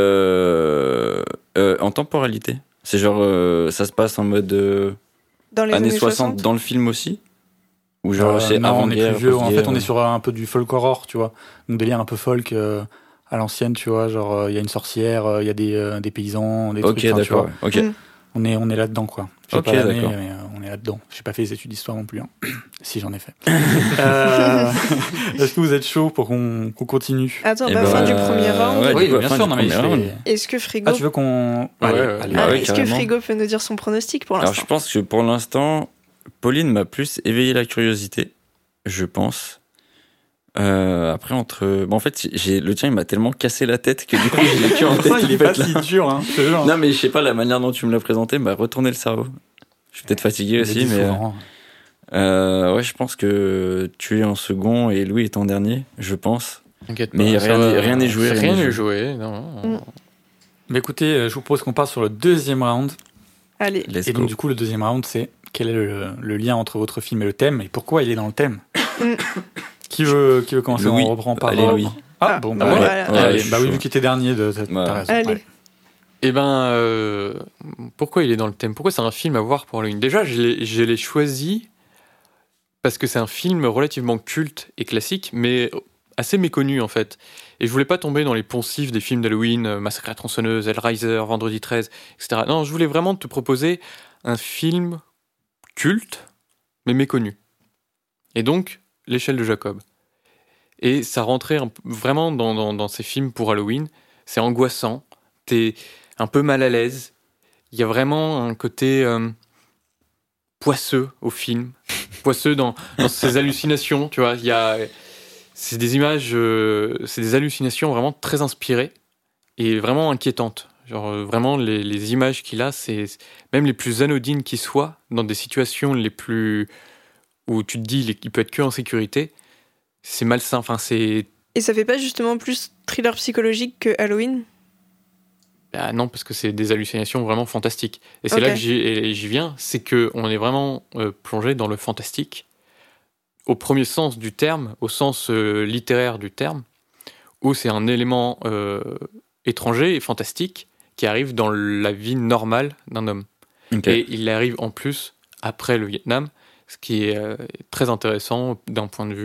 en temporalité. C'est genre ça se passe en mode dans les années 60 dans le film aussi. Ou genre c'est avant-guerre. On est plus vieux. En fait, on est sur un peu du folk horror, tu vois. Un délire un peu folk à l'ancienne, tu vois. Genre il y a une sorcière, il y a des paysans, des trucs. Ok, d'accord. Ok. On est là-dedans, quoi. Ok, d'accord. Mais on est là-dedans. J'ai pas fait les études d'histoire non plus. Hein. Si, j'en ai fait. Est-ce que vous êtes chaud pour qu'on continue? Attends, fin du premier round. Oui, bien sûr. Non, mais est-ce que Frigo... Ah, tu veux qu'on... Est-ce que Frigo peut nous dire son pronostic pour l'instant? Alors, je pense que pour l'instant, Pauline m'a plus éveillé la curiosité. Je pense. Après en fait le tien il m'a tellement cassé la tête que du coup j'ai vécu en tête. Il est pas si dur hein, non mais je sais pas, la manière dont tu me l'as présenté m'a retourné le cerveau. Je suis peut-être fatigué aussi mais ouais, je pense que tu es en second et Louis est en dernier, je pense. T'inquiète pas, mais rien n'est joué. Rien n'est joué, non. Mais écoutez, je vous propose qu'on passe sur le deuxième round. Allez. Et donc du coup le deuxième round c'est quel est le lien entre votre film et le thème et pourquoi il est dans le thème. Qui veut commencer? Louis. On reprend par... Allez, Louis. Allez, oui, vu qu'il était dernier, t'as raison. Allez. Eh ben, pourquoi il est dans le thème? Pourquoi c'est un film à voir pour Halloween? Déjà, je l'ai choisi parce que c'est un film relativement culte et classique, mais assez méconnu en fait. Et je voulais pas tomber dans les poncifs des films d'Halloween, Massacre à la tronçonneuse, Hellraiser, Vendredi 13, etc. Non, je voulais vraiment te proposer un film culte, mais méconnu. Et donc, L'échelle de Jacob. Et ça rentrait vraiment dans ces films pour Halloween. C'est angoissant, t'es un peu mal à l'aise. Il y a vraiment un côté poisseux au film. Poisseux dans ses hallucinations, tu vois. C'est des images, c'est des hallucinations vraiment très inspirées et vraiment inquiétantes. Genre vraiment les images qu'il a, c'est même les plus anodines qui soient, dans des situations les plus... où tu te dis qu'il peut être que en sécurité, c'est malsain. Enfin, c'est... Et ça fait pas justement plus thriller psychologique que Halloween? Bah non, parce que c'est des hallucinations vraiment fantastiques. Et c'est là que j'y viens, c'est qu'on est vraiment plongé dans le fantastique, au premier sens du terme, au sens littéraire du terme, où c'est un élément étranger et fantastique qui arrive dans la vie normale d'un homme. Okay. Et il arrive en plus après le Vietnam, ce qui est très intéressant d'un point de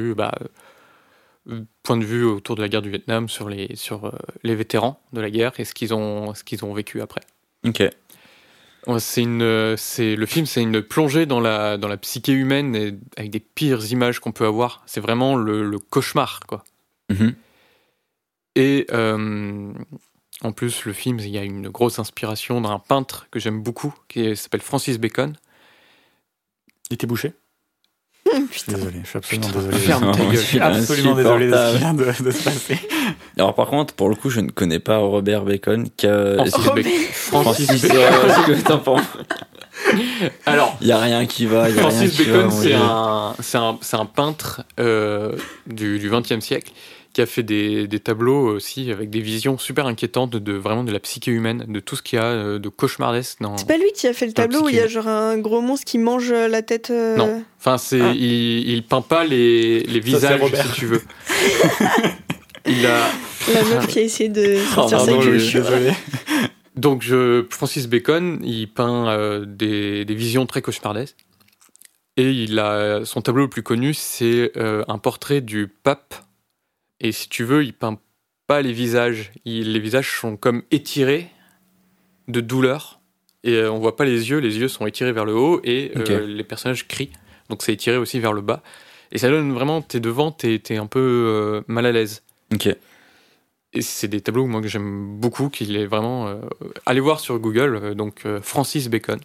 vue autour de la guerre du Vietnam sur les vétérans de la guerre et ce qu'ils ont vécu après. Ok. Le film, c'est une plongée dans la psyché humaine et avec des pires images qu'on peut avoir. C'est vraiment le cauchemar, quoi. Mm-hmm. Et en plus, le film, il y a une grosse inspiration d'un peintre que j'aime beaucoup qui s'appelle Francis Bacon. Il était bouché? Putain. Désolé, je suis absolument désolé. Ferme ta gueule. Je suis absolument désolé de ce qui vient de se passer. Alors par contre, pour le coup, je ne connais pas Robert Bacon. Francis Bacon. Qu'est-ce que t'en penses? Alors, il y a rien qui va. Francis Bacon, c'est un peintre du XXe siècle qui a fait des tableaux aussi avec des visions super inquiétantes de la psyché humaine, de tout ce qu'il y a de cauchemardesque dans... C'est pas lui qui a fait le tableau où il y a genre un gros monstre qui mange la tête... Non, enfin il peint pas les visages, si tu veux. Il a... La meuf qui a essayé de sortir sa queue. Désolé. Donc Francis Bacon, il peint des visions très cauchemardesques. Et son tableau le plus connu, c'est un portrait du pape. Et si tu veux, il peint pas les visages. Les visages sont comme étirés de douleur et on voit pas les yeux sont étirés vers le haut, et les personnages crient, donc c'est étiré aussi vers le bas. Et ça donne vraiment, t'es devant, t'es un peu mal à l'aise. Ok. Et c'est des tableaux moi que j'aime beaucoup, qu'il est vraiment... allez voir sur Google, donc Francis Bacon.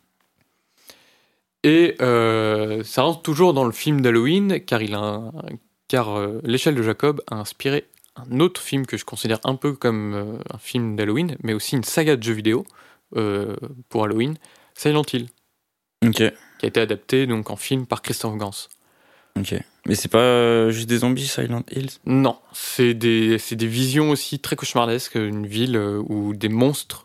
Et ça rentre toujours dans le film d'Halloween, car L'échelle de Jacob a inspiré un autre film que je considère un peu comme un film d'Halloween, mais aussi une saga de jeux vidéo pour Halloween, Silent Hill. Ok. Qui a été adapté donc en film par Christophe Gans. Ok. Mais c'est pas juste des zombies, Silent Hill ? Non, c'est des visions aussi très cauchemardesques, une ville où des monstres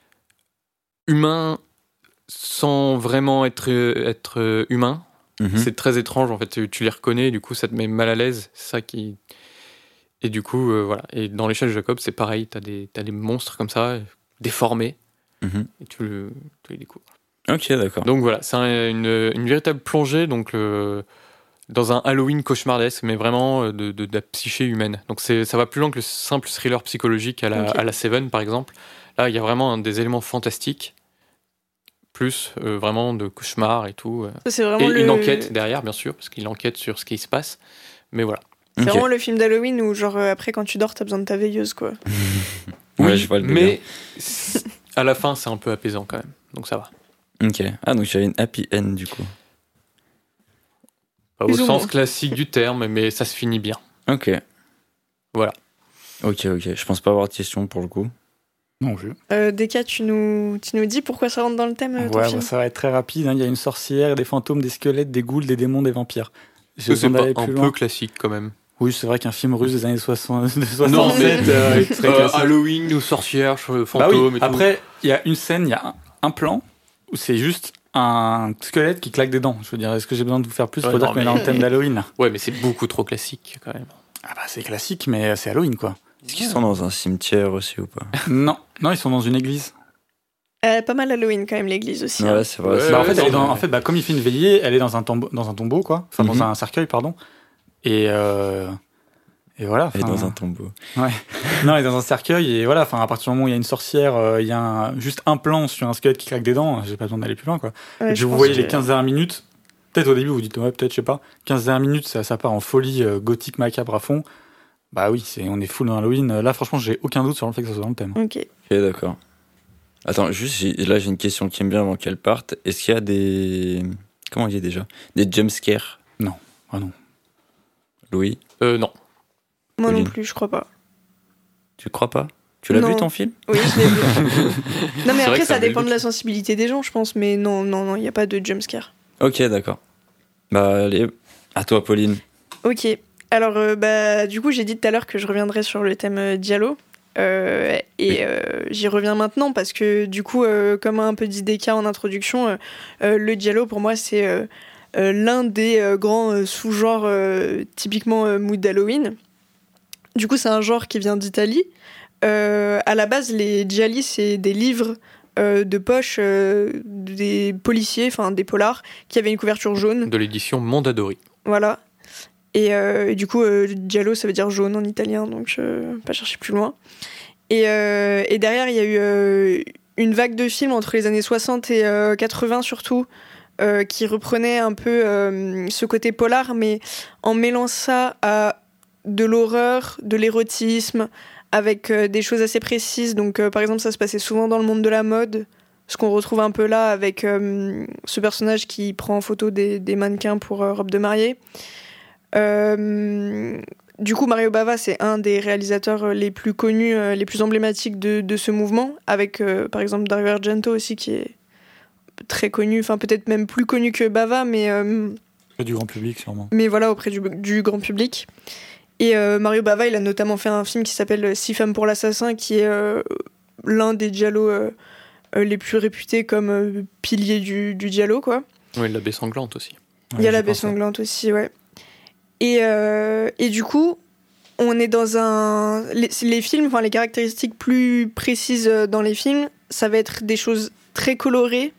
humains sans vraiment être humains. C'est très étrange, en fait, tu les reconnais, du coup ça te met mal à l'aise, c'est ça qui... Et du coup, voilà. Et dans l'échelle de Jacob, c'est pareil, t'as des monstres comme ça, déformés, et tu les découvres. Ok, d'accord. Donc voilà, c'est une véritable plongée donc, dans un Halloween cauchemardesque, mais vraiment de la psyché humaine. Donc ça va plus loin que le simple thriller psychologique à la Seven, par exemple. Là, il y a vraiment des éléments fantastiques, plus vraiment de cauchemar et tout. C'est vraiment une enquête derrière, bien sûr, parce qu'il enquête sur ce qui se passe. Mais voilà. C'est vraiment le film d'Halloween où, genre, après, quand tu dors, t'as besoin de ta veilleuse, quoi. Oui, je vois le mais à la fin, c'est un peu apaisant quand même. Donc ça va. Ok. Ah, donc il y a une happy end, du coup. Pas au sens classique du terme, mais ça se finit bien. Ok. Voilà. Ok. Je pense pas avoir de questions pour le coup. Non plus. Deka, tu nous dis pourquoi ça rentre dans le thème, ton film ? Ça va être très rapide. Il y a une sorcière, des fantômes, des squelettes, des ghouls, des démons, des vampires. C'est pas un peu classique quand même. Oui, c'est vrai qu'un film russe des années 67... Non, mais Halloween, ou sorcières, fantômes et tout. Après, il y a une scène, il y a un plan où c'est juste un squelette qui claque des dents. Je veux dire, est-ce que j'ai besoin de vous faire plus pour dire qu'on est dans le thème d'Halloween ? Ouais, mais c'est beaucoup trop classique quand même. Ah bah c'est classique, mais c'est Halloween quoi. Est-ce qu'ils sont dans un cimetière aussi ou pas ? Non, ils sont dans une église. Pas mal Halloween quand même, l'église aussi. Ouais, c'est vrai. En fait, comme il fait une veillée, elle est dans un tombeau quoi. Enfin, dans un cercueil, pardon. Et voilà. Elle est dans un tombeau. Ouais. Non, elle est dans un cercueil et voilà. Enfin, à partir du moment où il y a une sorcière, il y a juste un plan sur un squelette qui claque des dents. J'ai pas besoin d'aller plus loin quoi. Ouais, vous voyez les 15 dernières minutes. Peut-être au début vous dites peut-être je sais pas. 15 dernières minutes, ça part en folie gothique macabre à fond. Bah oui, on est full dans Halloween. Là, franchement, j'ai aucun doute sur le fait que ça soit dans le thème. Ok, d'accord. Attends, juste j'ai une question qui me vient avant qu'elle parte. Est-ce qu'il y a des... Comment on dit déjà ? Des jumpscares ? Non. Ah non. Louis ? Non. Moi non plus, je crois pas. Tu crois pas ? Tu l'as vu ton film ? Oui, je l'ai vu. Non, mais après, ça dépend de la sensibilité des gens, je pense. Mais non, il n'y a pas de jumpscare. Ok, d'accord. Bah, allez, à toi, Pauline. Ok. Alors, du coup, j'ai dit tout à l'heure que je reviendrais sur le thème Diallo. J'y reviens maintenant parce que, du coup, comme a un peu dit Deka en introduction, le Diallo, pour moi, c'est l'un des grands sous-genres typiquement mood d'Halloween. Du coup, c'est un genre qui vient d'Italie. À la base, les gialli, c'est des livres de poche des policiers, enfin des polars, qui avaient une couverture jaune. De l'édition Mondadori. Voilà. Et du coup, giallo, ça veut dire jaune en italien, donc pas chercher plus loin. Et derrière, il y a eu une vague de films entre les années 60 et 80 surtout, qui reprenait un peu ce côté polar, mais en mêlant ça à de l'horreur, de l'érotisme, avec des choses assez précises. Donc, par exemple, ça se passait souvent dans le monde de la mode, ce qu'on retrouve un peu là avec ce personnage qui prend en photo des mannequins pour robe de mariée. Du coup, Mario Bava, c'est un des réalisateurs les plus connus, les plus emblématiques de ce mouvement, avec par exemple Dario Argento aussi, qui est très connu, enfin peut-être même plus connu que Bava, mais auprès du grand public sûrement. Mais voilà, auprès du grand public. Et Mario Bava, il a notamment fait un film qui s'appelle 6 femmes pour l'assassin, qui est l'un des giallo les plus réputés comme pilier du giallo, quoi. Oui, la baie sanglante aussi. Il y a la baie sanglante aussi, ouais. Et du coup, on est dans les films, enfin les caractéristiques plus précises dans les films, ça va être des choses très colorées.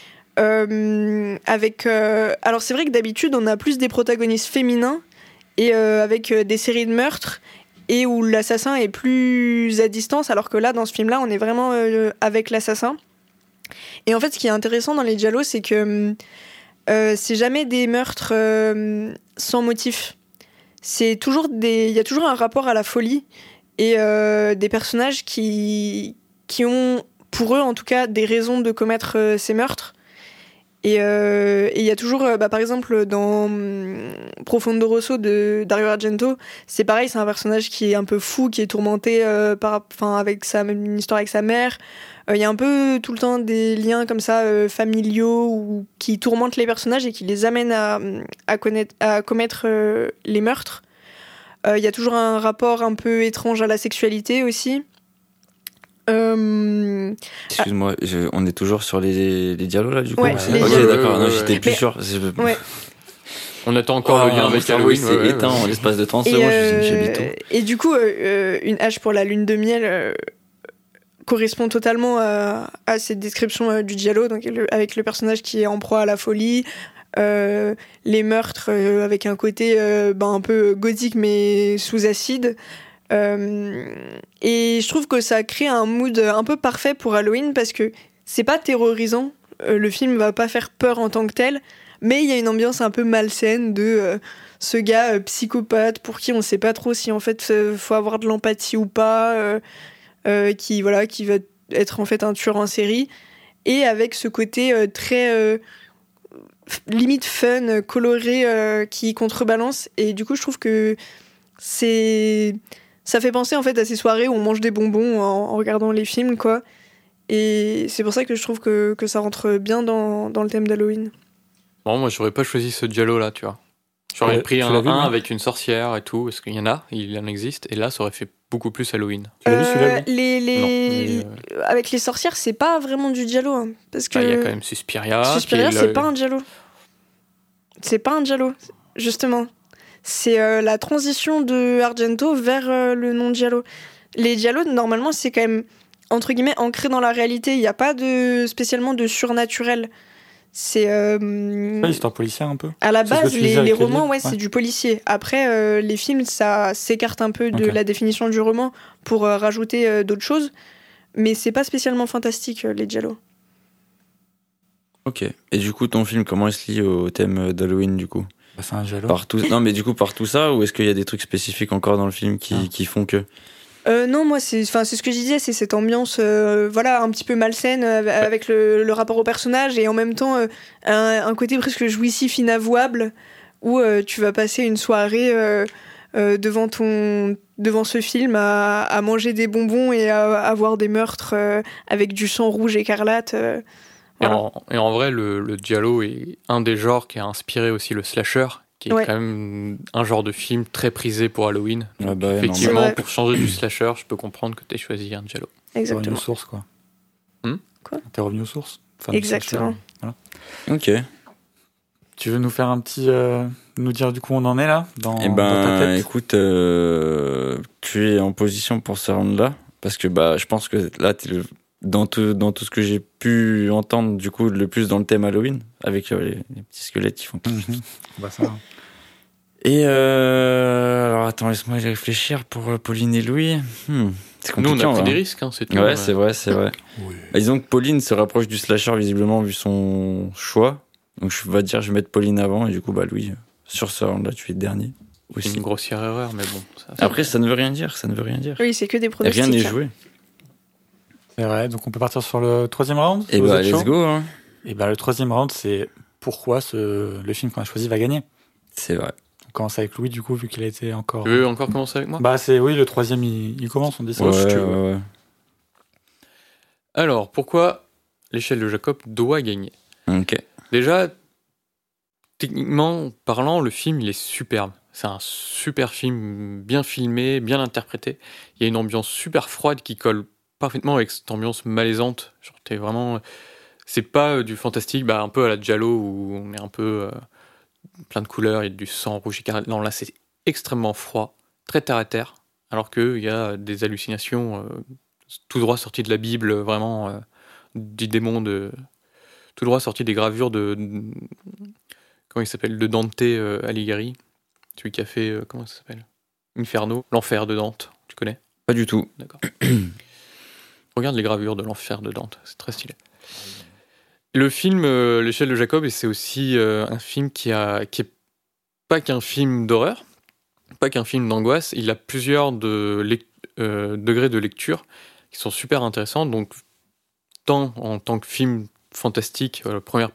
Alors c'est vrai que d'habitude, on a plus des protagonistes féminins et avec des séries de meurtres et où l'assassin est plus à distance, alors que là, dans ce film-là, on est vraiment avec l'assassin. Et en fait, ce qui est intéressant dans les giallo, c'est que c'est jamais des meurtres sans motif. Il y a toujours un rapport à la folie et des personnages qui ont, pour eux en tout cas, des raisons de commettre ces meurtres. Et il y a toujours, par exemple, dans Profondo Rosso de Dario Argento, c'est pareil, c'est un personnage qui est un peu fou, qui est tourmenté avec une histoire avec sa mère. Il y a un peu tout le temps des liens comme ça familiaux ou qui tourmentent les personnages et qui les amènent à commettre les meurtres. Il y a toujours un rapport un peu étrange à la sexualité aussi. Excuse-moi, on est toujours sur les dialogues là du coup. Ouais, ok, d'accord, non, j'étais plus sûr. Ouais. On attend encore le lien avec Halloween. C'est éteint en l'espace de 30 secondes, j'ai tout. Et du coup, une hache pour la lune de miel correspond totalement à cette description du giallo, donc avec le personnage qui est en proie à la folie, les meurtres avec un côté un peu gothique mais sous acide. Et je trouve que ça crée un mood un peu parfait pour Halloween parce que c'est pas terrorisant, le film va pas faire peur en tant que tel, mais il y a une ambiance un peu malsaine de ce gars psychopathe pour qui on sait pas trop si en fait faut avoir de l'empathie ou pas, qui va être en fait un tueur en série, et avec ce côté très limite fun, coloré, qui contrebalance. Et du coup je trouve que ça fait penser en fait à ces soirées où on mange des bonbons en regardant les films, quoi. Et c'est pour ça que je trouve que ça rentre bien dans le thème d'Halloween. Bon, moi j'aurais pas choisi ce giallo là, tu vois. J'aurais pris un avec une sorcière et tout, parce qu'il y en a, il en existe, et là ça aurait fait beaucoup plus Halloween. Tu l'as vu celui-là? Avec les sorcières, c'est pas vraiment du giallo, hein, parce que il y a quand même Suspiria. Suspiria, c'est pas un giallo. C'est pas un giallo, justement. C'est la transition de Argento vers le non-giallo. Les giallos, normalement, c'est quand même, entre guillemets, ancré dans la réalité. Il n'y a pas spécialement de surnaturel. C'est pas l'histoire policière un peu. À la base, les romans, c'est du policier. Après, les films, ça s'écarte un peu de la définition du roman pour rajouter d'autres choses. Mais c'est pas spécialement fantastique, les giallos. Ok. Et du coup, ton film, comment il se lie au thème d'Halloween, du coup? C'est un giallo. Non, mais du coup, par tout ça, ou est-ce qu'il y a des trucs spécifiques encore dans le film qui font que... Non, moi, c'est ce que je disais, c'est cette ambiance un petit peu malsaine avec le rapport au personnage, et en même temps un côté presque jouissif, inavouable, où tu vas passer une soirée devant ce film à manger des bonbons et à voir des meurtres avec du sang rouge écarlate. Voilà. Et en vrai, le giallo est un des genres qui a inspiré aussi le slasher, qui est quand même un genre de film très prisé pour Halloween. Donc, effectivement, pour changer du slasher, je peux comprendre que tu aies choisi un giallo. Exactement. T'es revenu aux sources, quoi. T'es revenu aux sources. Exactement. Voilà. Ok. Tu veux nous faire un petit... nous dire du coup où on en est là dans ta tête? Écoute, tu es en position pour ce round-là, parce que je pense que là, t'es dans tout ce que j'ai pu entendre, du coup, le plus dans le thème Halloween, avec les petits squelettes qui font... ça. Et alors attends, laisse-moi y réfléchir pour Pauline et Louis. C'est compliqué. Nous, on a pris des risques, c'est tout. Ouais, c'est vrai. Oui. Disons que Pauline se rapproche du slasher, visiblement, vu son choix. Donc je vais mettre Pauline avant, et du coup, Louis, sur ce round-là, tu es le dernier. C'est une grossière erreur, mais bon. Après, ça ne veut rien dire. Oui, c'est que des pronostics. Rien n'est joué. C'est vrai, donc on peut partir sur le troisième round. Et let's go. Hein. Et le troisième round, c'est pourquoi le film qu'on a choisi va gagner. C'est vrai. On commence avec Louis, du coup, vu qu'il a été encore... Tu veux encore commencer avec moi? Le troisième, il commence, on dit ça. Ouais. Alors, pourquoi l'échelle de Jacob doit gagner? Ok. Déjà, techniquement parlant, le film, il est superbe. C'est un super film, bien filmé, bien interprété. Il y a une ambiance super froide qui colle parfaitement avec cette ambiance malaisante. Genre, t'es vraiment... C'est pas du fantastique, un peu à la giallo, où on est un peu plein de couleurs, il y a du sang rouge écarlate. Non, là, c'est extrêmement froid, très terre-à-terre, alors qu'il y a des hallucinations tout droit sorties de la Bible, vraiment du démon tout droit sorties des gravures de comment il s'appelle, de Dante Alighieri, celui qui a fait, comment ça s'appelle, Inferno, l'enfer de Dante, tu connais? Pas du tout. D'accord. Regarde les gravures de l'enfer de Dante, c'est très stylé. Le film L'échelle de Jacob, et c'est aussi un film qui est pas qu'un film d'horreur, pas qu'un film d'angoisse. Il a plusieurs degrés de lecture qui sont super intéressants. Donc, tant en tant que film fantastique, première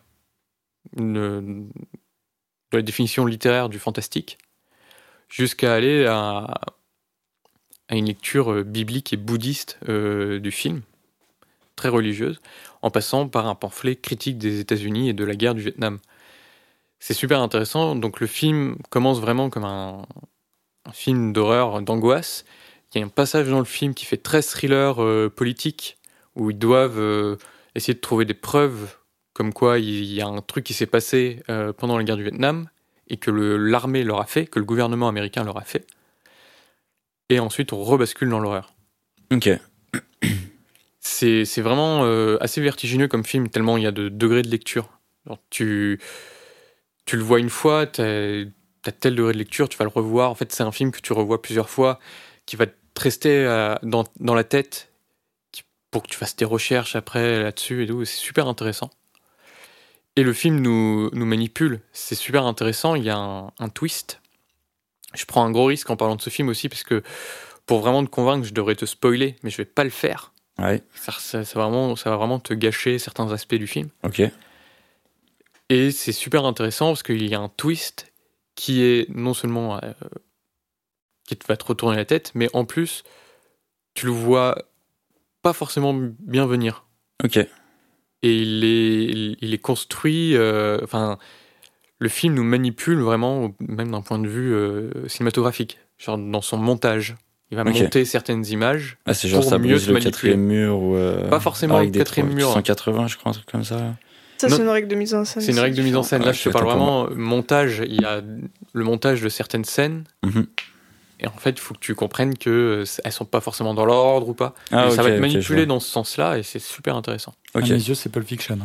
de la définition littéraire du fantastique, jusqu'à aller à une lecture biblique et bouddhiste du film, très religieuse, en passant par un pamphlet critique des États-Unis et de la guerre du Vietnam. C'est super intéressant. Donc le film commence vraiment comme un film d'horreur, d'angoisse. Il y a un passage dans le film qui fait très thriller politique, où ils doivent essayer de trouver des preuves comme quoi il y a un truc qui s'est passé pendant la guerre du Vietnam et que l'armée leur a fait, que le gouvernement américain leur a fait. Et ensuite, on rebascule dans l'horreur. Ok. C'est vraiment assez vertigineux comme film, tellement il y a de degrés de lecture. Alors, tu le vois une fois, t'as tel degré de lecture, tu vas le revoir. En fait, c'est un film que tu revois plusieurs fois, qui va te rester dans la tête pour que tu fasses tes recherches après là-dessus et tout. C'est super intéressant. Et le film nous manipule. C'est super intéressant. Il y a un twist. Je prends un gros risque en parlant de ce film aussi, parce que pour vraiment te convaincre, je devrais te spoiler, mais je vais pas le faire. Ouais. Ça va vraiment te gâcher certains aspects du film. Ok. Et c'est super intéressant parce qu'il y a un twist qui est non seulement qui va te retourner la tête, mais en plus, tu le vois pas forcément bien venir. Ok. Et il est construit... le film nous manipule vraiment, même d'un point de vue cinématographique, genre dans son montage. Il va monter certaines images. Ah, c'est genre ça brise le quatrième mur ou pas forcément le quatrième mur. 180, je crois, un truc comme ça. Ça, c'est une règle de mise en scène. C'est une règle de mise en scène. Là, je te parle vraiment montage. Il y a le montage de certaines scènes. Mm-hmm. Et en fait, il faut que tu comprennes qu'elles ne sont pas forcément dans l'ordre ou pas. Ça va te manipuler dans ce sens-là et c'est super intéressant. Okay. À mes yeux, c'est Pulp Fiction.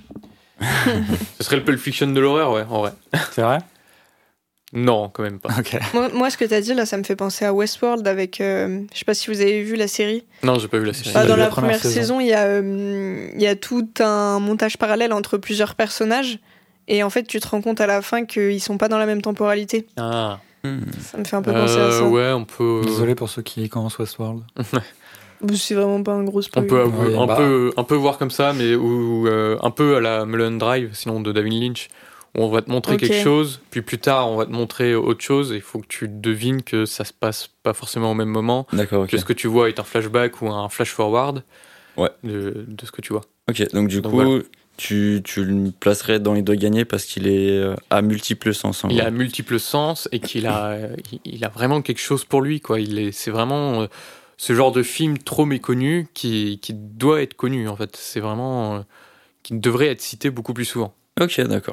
Ce serait le Pulp Fiction de l'horreur, ouais, en vrai. C'est vrai ? Non, quand même pas. Okay. Moi, ce que t'as dit là, ça me fait penser à Westworld avec. Je sais pas si vous avez vu la série. Non, j'ai pas vu la série. Dans la première saison, il y a tout un montage parallèle entre plusieurs personnages. Et en fait, tu te rends compte à la fin qu'ils sont pas dans la même temporalité. Ah. Ça me fait un peu penser à ça. Ouais, on peut. Désolé pour ceux qui commencent Westworld. C'est vraiment pas un gros spoil. On peut voir comme ça, mais un peu à la Mulholland Drive, sinon de David Lynch. On va te montrer quelque chose, puis plus tard on va te montrer autre chose, et il faut que tu devines que ça se passe pas forcément au même moment, que ce que tu vois est un flashback ou un flash forward de ce que tu vois. Ok, donc coup, voilà. tu le placerais dans Il doit gagner parce qu'il est à multiples sens. Il est à multiples sens et qu'il a, il a vraiment quelque chose pour lui, quoi. C'est vraiment ce genre de film trop méconnu qui doit être connu, en fait. C'est vraiment qui devrait être cité beaucoup plus souvent. Ok, d'accord.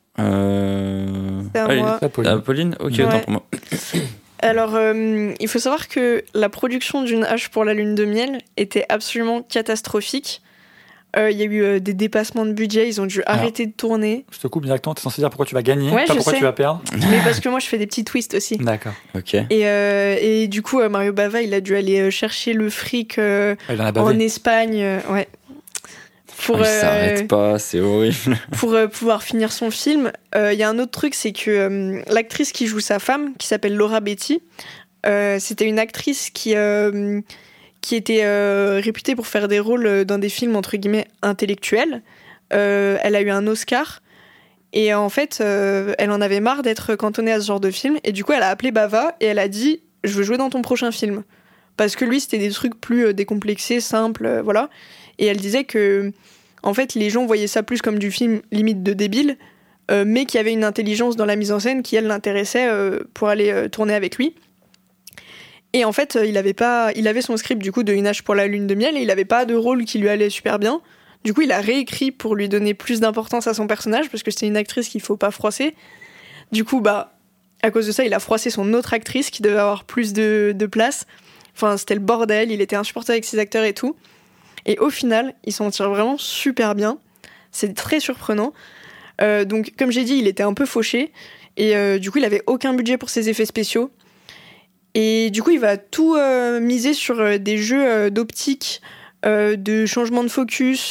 C'est à moi. Pauline. Ok, autant pour moi. Alors, il faut savoir que la production d'une hache pour la lune de miel était absolument catastrophique. Il y a eu des dépassements de budget, ils ont dû arrêter de tourner. Je te coupe directement, t'es censé dire pourquoi tu vas gagner, pas pourquoi tu vas perdre. Mais parce que moi je fais des petits twists aussi. D'accord. Ok. Et du coup, Mario Bava, il a dû aller chercher le fric en Espagne. Ouais. Il s'arrête pas, c'est horrible. Pour pouvoir finir son film. Il y a un autre truc, c'est que l'actrice qui joue sa femme, qui s'appelle Laura Beatty, c'était une actrice qui était réputée pour faire des rôles dans des films entre guillemets intellectuels. Elle a eu un Oscar et en fait, elle en avait marre d'être cantonnée à ce genre de film et du coup, elle a appelé Bava et elle a dit « Je veux jouer dans ton prochain film ». Parce que lui, c'était des trucs plus décomplexés, simples, voilà. Et elle disait que, en fait, les gens voyaient ça plus comme du film limite de débile, mais qu'il y avait une intelligence dans la mise en scène qui, elle, l'intéressait pour aller tourner avec lui. Et en fait, il avait son script du coup de Une hache pour la lune de miel et il avait pas de rôle qui lui allait super bien. Du coup, il a réécrit pour lui donner plus d'importance à son personnage parce que c'était une actrice qu'il faut pas froisser. Du coup, à cause de ça, il a froissé son autre actrice qui devait avoir plus de place. Enfin, c'était le bordel, il était insupportable avec ses acteurs et tout. Et au final, il s'en tire vraiment super bien. C'est très surprenant. Donc, comme j'ai dit, il était un peu fauché. Et du coup, il avait aucun budget pour ses effets spéciaux. Et du coup, il va tout miser sur des jeux d'optique, de changement de focus,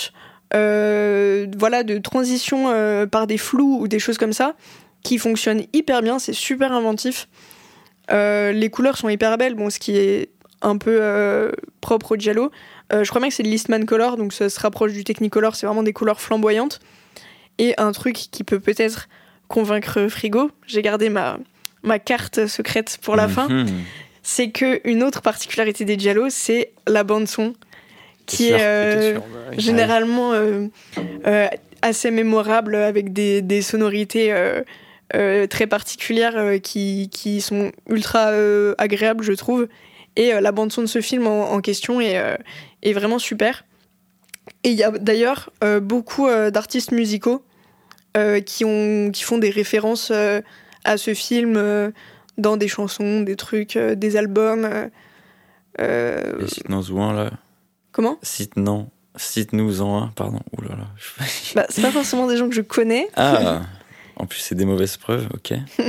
de transition par des flous ou des choses comme ça, qui fonctionnent hyper bien, c'est super inventif. Les couleurs sont hyper belles, ce qui est un peu propre au giallo. Je crois bien que c'est de l'Eastman Color, donc ça se rapproche du Technicolor, c'est vraiment des couleurs flamboyantes. Et un truc qui peut peut-être convaincre Frigo, j'ai gardé ma carte secrète pour la fin, c'est qu'une autre particularité des giallo, c'est la bande-son, qui est généralement assez mémorable, avec des sonorités très particulières qui sont ultra agréables, je trouve. Et la bande-son de ce film en question est vraiment super. Et il y a d'ailleurs beaucoup d'artistes musicaux qui font des références à ce film dans des chansons, des trucs, des albums. Et cite-nous-en là. Comment ? Cite-nous-en un, pardon. Ouh là là. C'est pas forcément des gens que je connais. Ah, en plus c'est des mauvaises preuves, ok.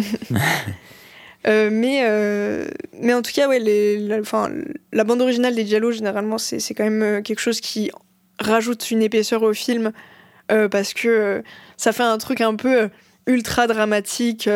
Mais en tout cas, la bande originale des giallo, généralement, c'est quand même quelque chose qui rajoute une épaisseur au film, parce que ça fait un truc un peu ultra dramatique,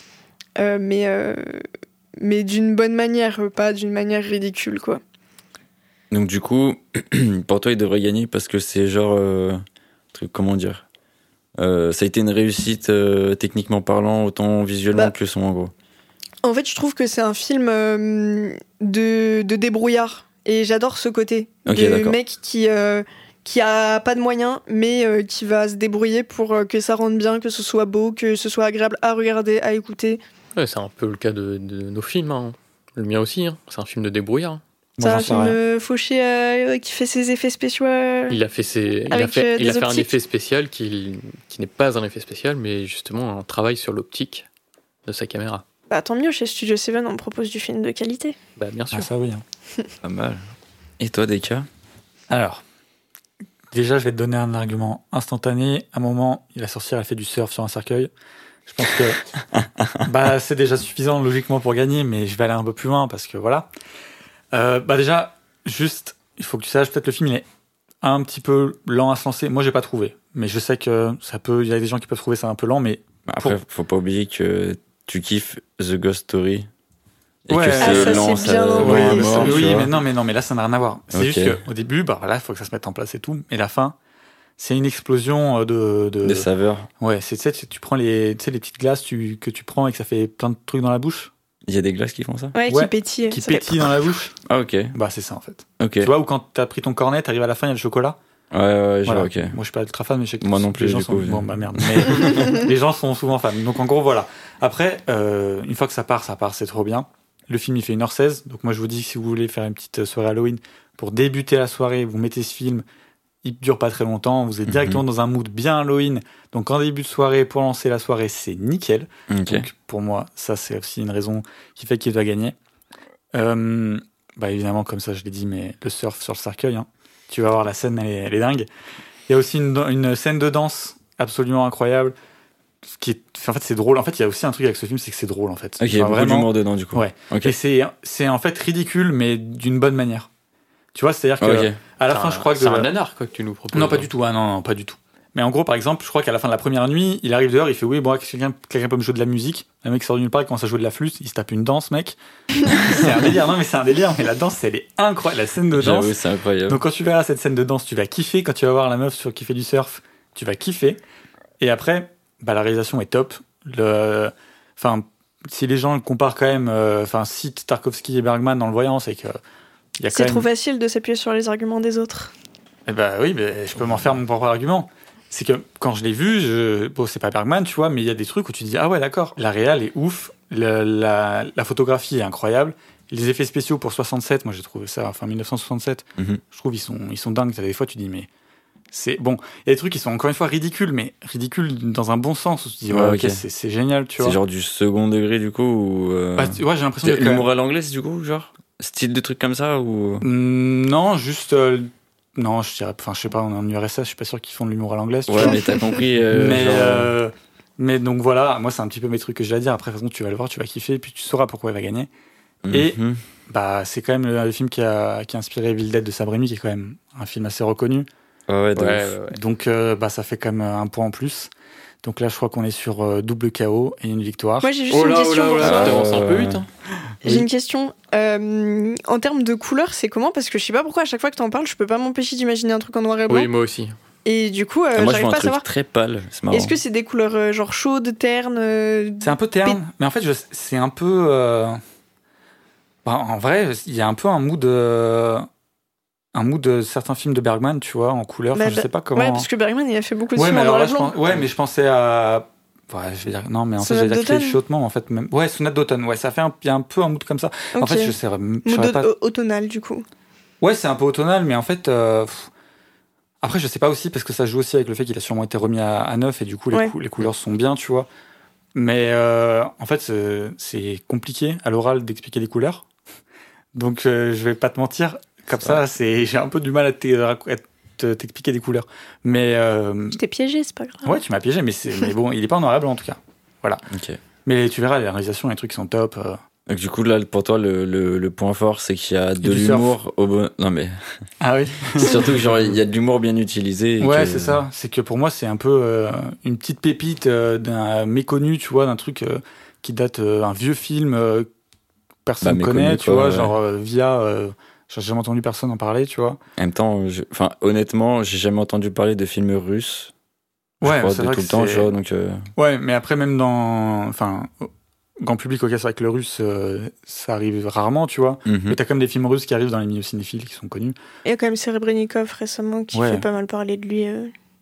mais d'une bonne manière, pas d'une manière ridicule, quoi. Donc du coup, pour toi, il devrait gagner parce que c'est genre... comment dire ça a été une réussite techniquement parlant, autant visuellement que le son, en gros. En fait, je trouve que c'est un film de débrouillard. Et j'adore ce côté. Mec qui a pas de moyens, mais qui va se débrouiller pour que ça rende bien, que ce soit beau, que ce soit agréable à regarder, à écouter. Ouais, c'est un peu le cas de nos films. Hein. Le mien aussi. Hein. C'est un film de débrouillard. C'est un film fauché qui fait ses effets spéciaux. Il a fait un effet spécial qui n'est pas un effet spécial, mais justement un travail sur l'optique de sa caméra. Tant mieux, chez Studio Seven, on me propose du film de qualité. Bien sûr. Ah, ça oui. Pas mal. Et toi, Deka ? Alors, déjà, je vais te donner un argument instantané. À un moment, il va sortir, elle fait du surf sur un cercueil. Je pense que c'est déjà suffisant logiquement pour gagner, mais je vais aller un peu plus loin parce que voilà. Déjà, juste, il faut que tu saches, peut-être le film il est un petit peu lent à se lancer. Moi, j'ai pas trouvé, mais je sais que il y a des gens qui peuvent trouver ça un peu lent, mais après, faut pas oublier que tu kiffes The Ghost Story. Et ouais, que c'est lent, c'est bien mort, mais là, ça n'a rien à voir. C'est juste qu'au début, il faut que ça se mette en place et tout. Et la fin, c'est une explosion de saveurs. Ouais, tu prends les petites glaces que tu prends et que ça fait plein de trucs dans la bouche. Il y a des glaces qui font ça ? Ouais, qui pétillent. Qui pétillent dans la bouche. Ah, ok. C'est ça, en fait. Ok. Tu vois, ou quand t'as pris ton cornet, t'arrives à la fin, il y a le chocolat. Ouais, voilà. Ok. Moi, je suis pas ultra fan, mais je sais que moi non plus, les gens sont... Bon, merde. Mais les gens sont souvent fans. Donc, en gros, voilà. Après, une fois que ça part, c'est trop bien. Le film, il fait 1h16. Donc, moi, je vous dis, si vous voulez faire une petite soirée Halloween, pour débuter la soirée, vous mettez ce film. Il dure pas très longtemps. Vous êtes directement dans un mood bien Halloween. Donc, en début de soirée, pour lancer la soirée, c'est nickel. Okay. Donc, pour moi, ça, c'est aussi une raison qui fait qu'il doit gagner. Évidemment, comme ça, je l'ai dit, mais le surf sur le cercueil, hein. Tu vas voir, la scène, elle est dingue. Il y a aussi une scène de danse absolument incroyable. En fait, c'est drôle. En fait, il y a aussi un truc avec ce film, c'est que c'est drôle, en fait. Ok, il y a beaucoup d'humour dedans, du coup. Ouais. Okay. Et c'est en fait ridicule, mais d'une bonne manière. Tu vois, c'est-à-dire que à la fin, je crois que... C'est un nanar, quoi, que tu nous proposes. Non, pas du tout. Ah, non, pas du tout. Mais en gros, par exemple, je crois qu'à la fin de la première nuit, il arrive dehors, il fait quelqu'un peut me jouer de la musique. Un mec sort de nulle part, il commence à jouer de la flûte, il se tape une danse, mec. C'est un délire. Non, mais c'est un délire. Mais la danse, elle est incroyable. La scène de danse. J'avoue, c'est incroyable. Donc quand tu verras cette scène de danse, tu vas kiffer. Quand tu vas voir la meuf qui fait du surf, tu vas kiffer. Et après, la réalisation est top. Si les gens le comparent quand même, citent Tarkovsky et Bergman dans le voyant, c'est que il y a c'est trop facile de s'appuyer sur les arguments des autres. Eh oui, je peux m'en faire mon propre argument. C'est que quand je l'ai vu, c'est pas Bergman, tu vois, mais il y a des trucs où tu te dis, ah ouais, d'accord, la réal est ouf, la photographie est incroyable, les effets spéciaux pour 67, moi j'ai trouvé ça, 1967, je trouve ils sont dingues. Des fois tu dis, mais c'est bon, il y a des trucs qui sont encore une fois ridicules, mais ridicules dans un bon sens, où tu te dis, ok, c'est génial, tu vois. C'est genre du second degré, du coup, ou ouais, j'ai l'impression que l'humour à l'anglaise, du coup, genre style de trucs comme ça, ou non, juste... Non, je dirais, je sais pas, on est en URSS, je suis pas sûr qu'ils font de l'humour à l'anglaise. Ouais, mais t'as compris. Mais donc voilà, moi c'est un petit peu mes trucs que j'ai à dire. Après, de toute façon, tu vas le voir, tu vas kiffer, puis tu sauras pourquoi il va gagner. Et c'est quand même le film qui a inspiré Evil Dead de Sam Raimi, qui est quand même un film assez reconnu. Ouais. Donc ça fait quand même un point en plus. Donc là, je crois qu'on est sur double KO et une victoire. Moi, j'ai juste une question. T'avances un peu vite. Hein. J'ai une question. En termes de couleur, c'est comment ? Parce que je sais pas pourquoi à chaque fois que t'en parles, je peux pas m'empêcher d'imaginer un truc en noir et blanc. Oui, moi aussi. Et du coup, moi, j'arrive pas à savoir. Très pâle. C'est marrant. Est-ce que c'est des couleurs genre chaudes, ternes C'est un peu terne, mais en fait, c'est un peu. En vrai, il y a un peu un mood de certains films de Bergman, tu vois, en couleur. Je sais pas comment. Ouais, parce que Bergman, il a fait beaucoup de films mais en noir et là, blanc. mais je pensais à. Ouais, je vais dire non, mais en fait, j'allais dire Chuchotement, en fait, même. Ouais, Sonate d'automne. Ouais, ça fait il y a un peu un mood comme ça. Okay. En fait, je sais pas. Automnal, du coup. Ouais, c'est un peu automnal, mais en fait. Après, je sais pas aussi, parce que ça joue aussi avec le fait qu'il a sûrement été remis à neuf, et du coup, les couleurs sont bien, tu vois. Mais en fait, c'est compliqué à l'oral d'expliquer les couleurs. Donc, je vais pas te mentir. Comme ça, j'ai un peu du mal à t'expliquer des couleurs. Mais. Je t'ai piégé, c'est pas grave. Ouais, tu m'as piégé, mais bon, il est pas en noir et blanc en tout cas. Voilà. Ok. Mais tu verras, les réalisations, les trucs sont top. Donc, du coup, là, pour toi, le point fort, c'est qu'il y a de l'humour au bon. Non, mais. Ah oui. Surtout qu'il y a de l'humour bien utilisé. Ouais, c'est ça. C'est que pour moi, c'est un peu une petite pépite d'un méconnu, tu vois, d'un truc qui date un vieux film. Personne ne connaît, tu vois, genre via. J'ai jamais entendu personne en parler, tu vois. En même temps, honnêtement, j'ai jamais entendu parler de films russes. Ouais, c'est vrai tout le temps, genre, donc. Ouais, mais après, même dans. Grand public, ok, c'est vrai que le russe, ça arrive rarement, tu vois. Mm-hmm. Mais t'as quand même des films russes qui arrivent dans les milieux cinéphiles qui sont connus. Il y a quand même Serebrennikov récemment qui fait pas mal parler de lui.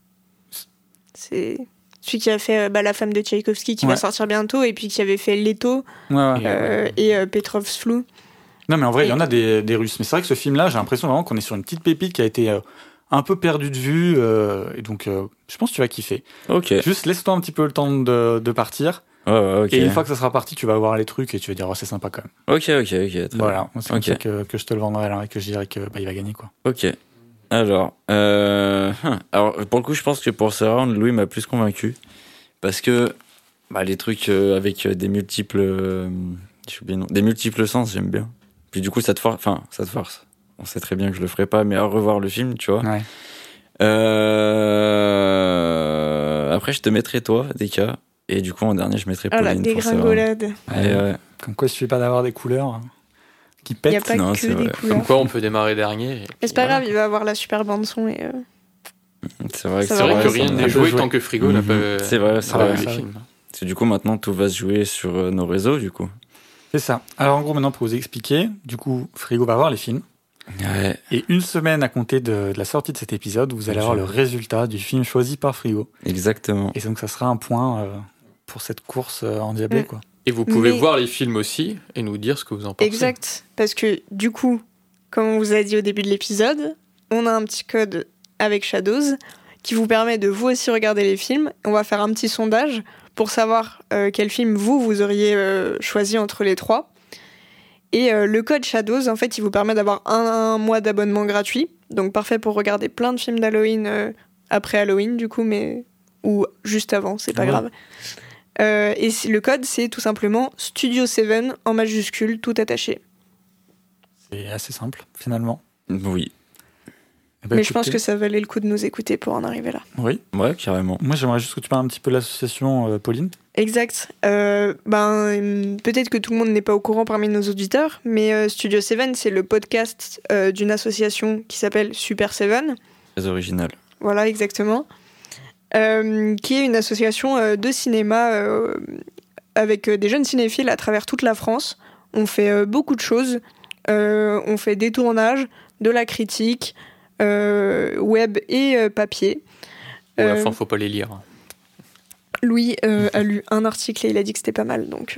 C'est celui qui a fait La femme de Tchaïkovski qui va sortir bientôt, et puis qui avait fait Leto et Petrov's Flou. Non, mais en vrai, il y en a des Russes. Mais c'est vrai que ce film-là, j'ai l'impression vraiment qu'on est sur une petite pépite qui a été un peu perdue de vue. Et donc, je pense que tu vas kiffer. Ok. Juste laisse-toi un petit peu le temps de partir. Okay. Et une fois que ça sera parti, tu vas voir les trucs et tu vas dire, c'est sympa quand même. Ok. Voilà, c'est comme ça que je te le vendrai là, et que je dirais que il va gagner, quoi. Ok. Alors, pour le coup, je pense que pour ce round, Louis m'a plus convaincu. Parce que les trucs avec des multiples sens, j'aime bien. Puis du coup, ça te force. On sait très bien que je le ferai pas, mais à revoir le film, tu vois. Ouais. Après, je te mettrai toi, Deka. Et du coup, en dernier, je mettrai Pauline. La dégringolade. Comme quoi, il suffit pas d'avoir des couleurs qui pètent. Il n'y a pas que des couleurs. Comme quoi, on peut démarrer dernier. Mais c'est pas grave, il va avoir la super bande-son. Et c'est vrai que rien n'est joué tant que Frigo n'a pas vu les films. Parce que du coup, maintenant, tout va se jouer sur nos réseaux, du coup. C'est ça. Alors, en gros, maintenant, pour vous expliquer, du coup, Frigo va voir les films. Ouais. Et une semaine à compter de la sortie de cet épisode, vous allez avoir le résultat du film choisi par Frigo. Exactement. Et donc, ça sera un point pour cette course endiablée, quoi. Et vous pouvez voir les films aussi et nous dire ce que vous en pensez. Exact. Parce que, du coup, comme on vous a dit au début de l'épisode, on a un petit code avec Shadows qui vous permet de vous aussi regarder les films. On va faire un petit sondage pour savoir quel film vous auriez choisi entre les trois. Et le code Shadows, en fait, il vous permet d'avoir un mois d'abonnement gratuit. Donc parfait pour regarder plein de films d'Halloween après Halloween, du coup, ou juste avant, c'est pas grave. Et le code, c'est tout simplement Studio 7 en majuscule, tout attaché. C'est assez simple, finalement. Oui. Mais je pense que ça valait le coup de nous écouter pour en arriver là. Oui. Ouais, carrément. Moi, j'aimerais juste que tu parles un petit peu de l'association Pauline. Exact. Peut-être que tout le monde n'est pas au courant parmi nos auditeurs, mais Studio 7, c'est le podcast d'une association qui s'appelle Super 7. Très original. Voilà, exactement. Qui est une association de cinéma avec des jeunes cinéphiles à travers toute la France. On fait beaucoup de choses. On fait des tournages, de la critique, web et papier. À la fin, faut pas les lire. Louis a lu un article et il a dit que c'était pas mal, donc...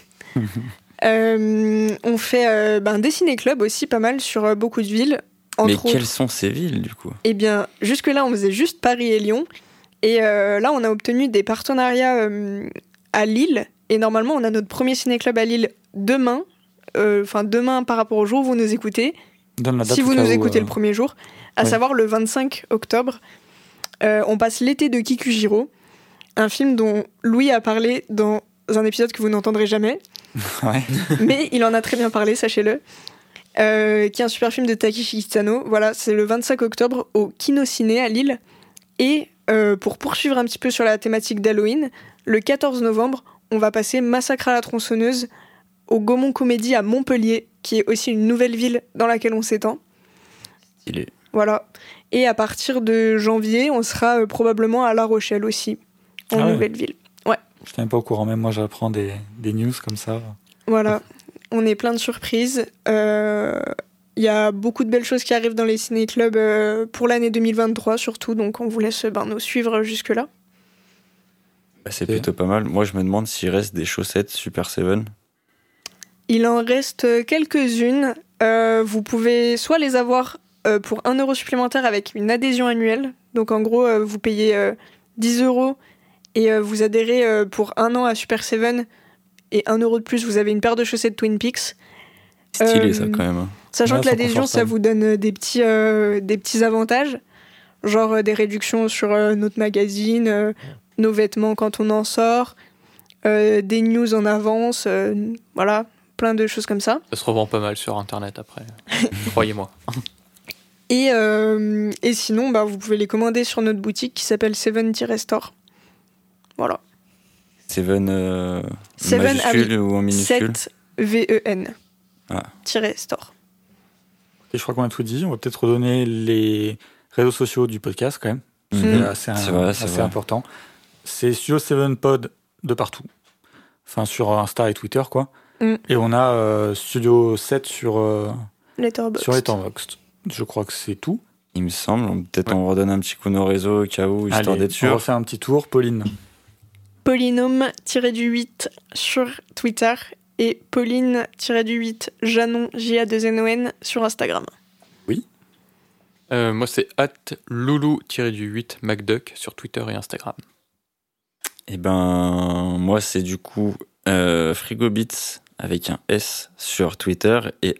on fait des ciné-clubs aussi, pas mal, sur beaucoup de villes. Mais quelles sont ces villes, du coup ? Eh bien, jusque-là, on faisait juste Paris et Lyon. Et là, on a obtenu des partenariats à Lille. Et normalement, on a notre premier ciné-club à Lille demain. Demain par rapport au jour où vous nous écoutez. Si vous nous écoutez le premier jour. À savoir le 25 octobre. On passe l'été de Kikujiro. Un film dont Louis a parlé dans un épisode que vous n'entendrez jamais. Ouais. Mais il en a très bien parlé, sachez-le. qui est un super film de Takeshi Kitano. Voilà, c'est le 25 octobre au Kinociné à Lille. Et pour poursuivre un petit peu sur la thématique d'Halloween, le 14 novembre, on va passer Massacre à la tronçonneuse au Gaumont Comédie à Montpellier, qui est aussi une nouvelle ville dans laquelle on s'étend. Voilà. Et à partir de janvier, on sera probablement à La Rochelle aussi, en nouvelle ville. Ouais. Je n'étais même pas au courant, même moi j'apprends des news comme ça. Voilà, on est plein de surprises. Il y a beaucoup de belles choses qui arrivent dans les ciné-clubs pour l'année 2023 surtout, donc on vous laisse nous suivre jusque-là. C'est plutôt pas mal. Moi je me demande s'il reste des chaussettes Super Seven. Il en reste quelques-unes. Vous pouvez soit les avoir pour 1 euro supplémentaire avec une adhésion annuelle. Donc en gros, vous payez 10 euros et vous adhérez pour 1 an à Super Seven. Et 1 euro de plus, vous avez une paire de chaussettes Twin Peaks. Stylé ça quand même. Sachant que l'adhésion, ça vous donne des petits avantages. Genre des réductions sur notre magazine, nos vêtements quand on en sort, des news en avance, voilà. Plein de choses comme ça. Ça se revend pas mal sur internet après, croyez-moi. Et sinon, vous pouvez les commander sur notre boutique qui s'appelle Seven-Store. Voilà. Seven majuscule ou en minuscule 7 VEN Store. Et je crois qu'on a tout dit. On va peut-être redonner les réseaux sociaux du podcast quand même. C'est assez important. C'est Studio 7 Pod de partout. Enfin, sur Insta et Twitter, quoi. Et on a Studio 7 sur Letterboxd. Je crois que c'est tout. Il me semble. Peut-être on redonne un petit coup nos réseaux au cas où, histoire d'être sûr. On refait un petit tour. Pauline. Polynôme-8 sur Twitter et Pauline-8 Janon J-A-2-N-O-N sur Instagram. Oui. Moi, c'est @loulou-8 MacDuck sur Twitter et Instagram. Et moi, c'est du coup Frigobits avec un S sur Twitter et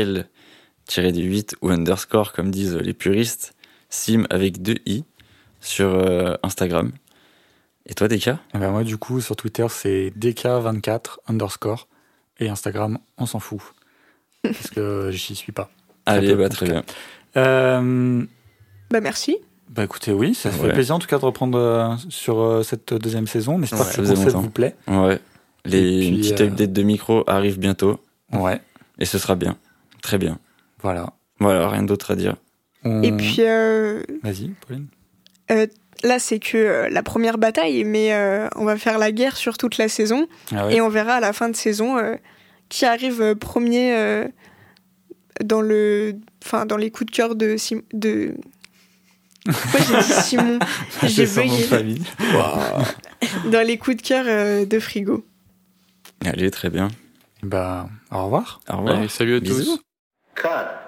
AL-8 ou underscore, comme disent les puristes, Sim avec 2 I sur Instagram. Et toi, Deka ? Moi, du coup, sur Twitter, c'est Deka24 underscore et Instagram, on s'en fout. Parce que j'y suis pas. Allez, très bien. Merci. Écoutez, oui, ça fait plaisir en tout cas de reprendre sur cette deuxième saison. J'espère que le concept vous plaît. Ouais. Les petites updates de micro arrivent bientôt. Ouais. Et ce sera bien. Très bien. Voilà, rien d'autre à dire. Et puis... Vas-y, Pauline. Là, c'est que la première bataille, mais on va faire la guerre sur toute la saison. Et on verra à la fin de saison qui arrive premier dans les coups de cœur de... Pourquoi j'ai dit Simon ? J'ai bugué. Dans les coups de cœur de Frigo. Allez, très bien. Au revoir. Au revoir. Allez, salut à tous. Cut.